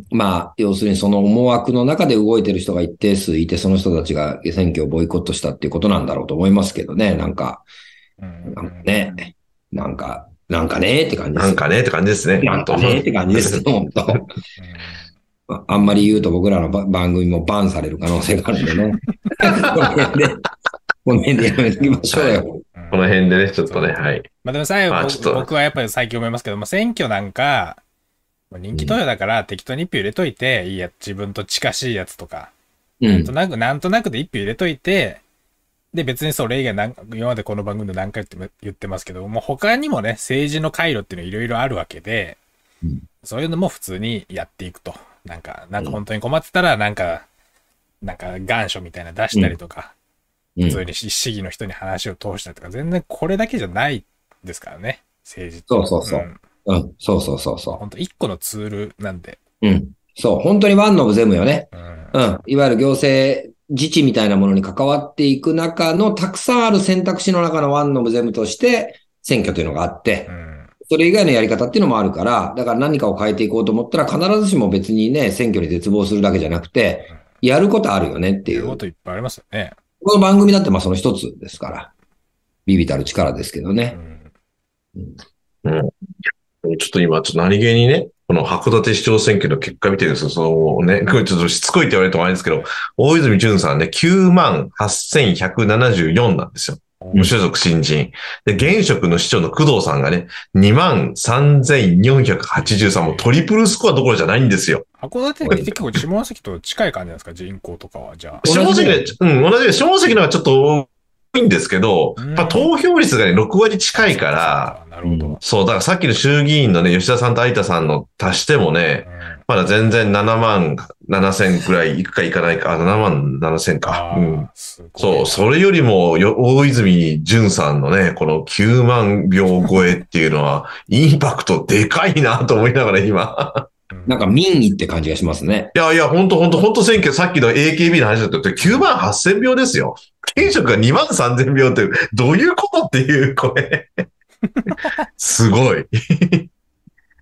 まあ、要するにその思惑の中で動いてる人が一定数いて、その人たちが選挙をボイコットしたっていうことなんだろうと思いますけどね。なんか、 うんなんかね、なんか、なんかねって感じですよ。 なんかねって感じですね。 なんかねって感じですよ、本当。 うんああんまり言うと僕らのば番組もバンされる可能性があるんでね。この辺で、この辺でやめておきましょうよ。 うんこの辺でね、ちょっとね、はい。 まあでも最後、 まあちょっと僕はやっぱり最近思いますけども、選挙なんか、もう人気投票だから適当に一票入れといて、いいや、自分と近しいやつとか、 うんなんと。なく、なんとなくで一票入れといて、で、別にそれ以外なん、今までこの番組で何回言って言ってますけど、もう他にもね、政治の回路っていうのいろいろあるわけで、 うんそういうのも普通にやっていくと。なんか、なんか本当に困ってたら、なんか、なんか願書みたいなの出したりとか、 うん普通に市議の人に話を通したりとか、全然これだけじゃないですからね、政治って。 そうそうそうんうん。そうそうそうそ本当一個のツールなんで。 う。うん。そう。本当にワンノブゼムよね。 うんうん。いわゆる行政自治みたいなものに関わっていく中のたくさんある選択肢の中のワンノブゼムとして選挙というのがあってう、んそれ以外のやり方っていうのもあるから、だから何かを変えていこうと思ったら必ずしも別にね、選挙に絶望するだけじゃなくて、やることあるよねっていう。 やることいっぱいありますよね。 この番組だってまあその一つですから。ビビたる力ですけどうね。 んうん。ちょっと今、ちょっと何気にね、この函館市長選挙の結果見てるんですよ。そのね、これちょっとしつこいって言われるとあれですけど、大泉潤さんね、きゅうまんはっせんひゃくななじゅうよんなんですよ。無所属新人。で、現職の市長の工藤さんがね、にまんさんぜんよんひゃくはちじゅうさん、もうトリプルスコアどころじゃないんですよ。 函館って結構下関と近い感じなんですか、人口とかは。じゃあ。 下関で、うん、同じで、下関のはちょっと多いんですけど、 うんまあ、投票率がね、ろくわり近いから、 なるほど。 そう、だからさっきの衆議院のね、吉田さんと有田さんの足してもね、まだ全然ななまんななせんくらいいくかいかないか、あ、ななまんななせんか。 あうんー。すごいなそう、それよりもよ、大泉潤さんのね、このきゅうまん票超えっていうのは、インパクトでかいなと思いながら今。 なんか民意って感じがしますね。 いやいや、ほんとほんとほんと選挙、さっきの エーケービー の話だったってきゅうまんはっせん票ですよ。現職がにまんさんぜん票ってどういうことっていう、これ。すごい。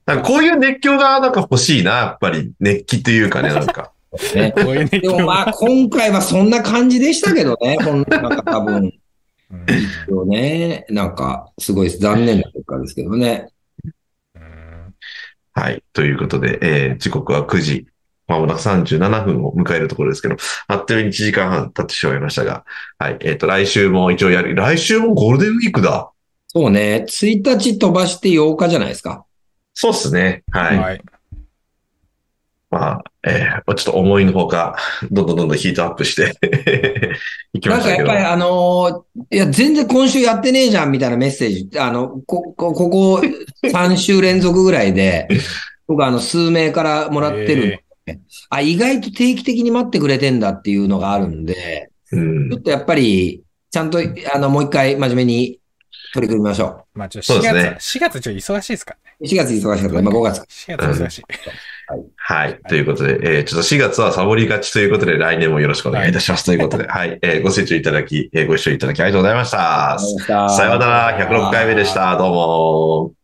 なんかこういう熱狂がなんか欲しいな、やっぱり。熱気というかね、なんか。 ね、 こういう熱狂でもまあ今回はそんな感じでしたけどね、ほんなんか多分、 うん一応ね、なんかすごい残念な結果ですけどね。 うんはい。ということで、えー時刻はくじ。まもなくさんじゅうななふんを迎えるところですけど、あっという間にいちじかんはん経ってしまいましたが、はい。えっ、と、来週も一応やる。来週もゴールデンウィークだ。 そうね、ついたち飛ばしてようかじゃないですか。 そうっすね。はい。 はい。 まあ、えーちょっと思いのほか、どんどんどんどんヒートアップしていきなんかましたけど。 やっぱりあのーいや、全然今週やってねえじゃんみたいなメッセージ、あの、こ、こ、ここさん週連続ぐらいで、僕あの、数名からもらってるんで、あ、意外と定期的に待ってくれてんだっていうのがあるんで、 うん。 ちょっとやっぱり、ちゃんと、あの、もう一回真面目に取り組みましょまあ、ちょっと4 そうですね月、しがつちょっと忙しいですからね。 う。しがつ忙しかった。まあごがつ。 しがつ忙しい。 はい。ということで、えーちょっとしがつはサボりがちということで、来年もよろしくお願いいたします。ということで、はい。えーご清聴いただき、えーご視聴いただきありがとうございました。 ありがとうございましたさようなら。ひゃくろっかいめでした。どうも。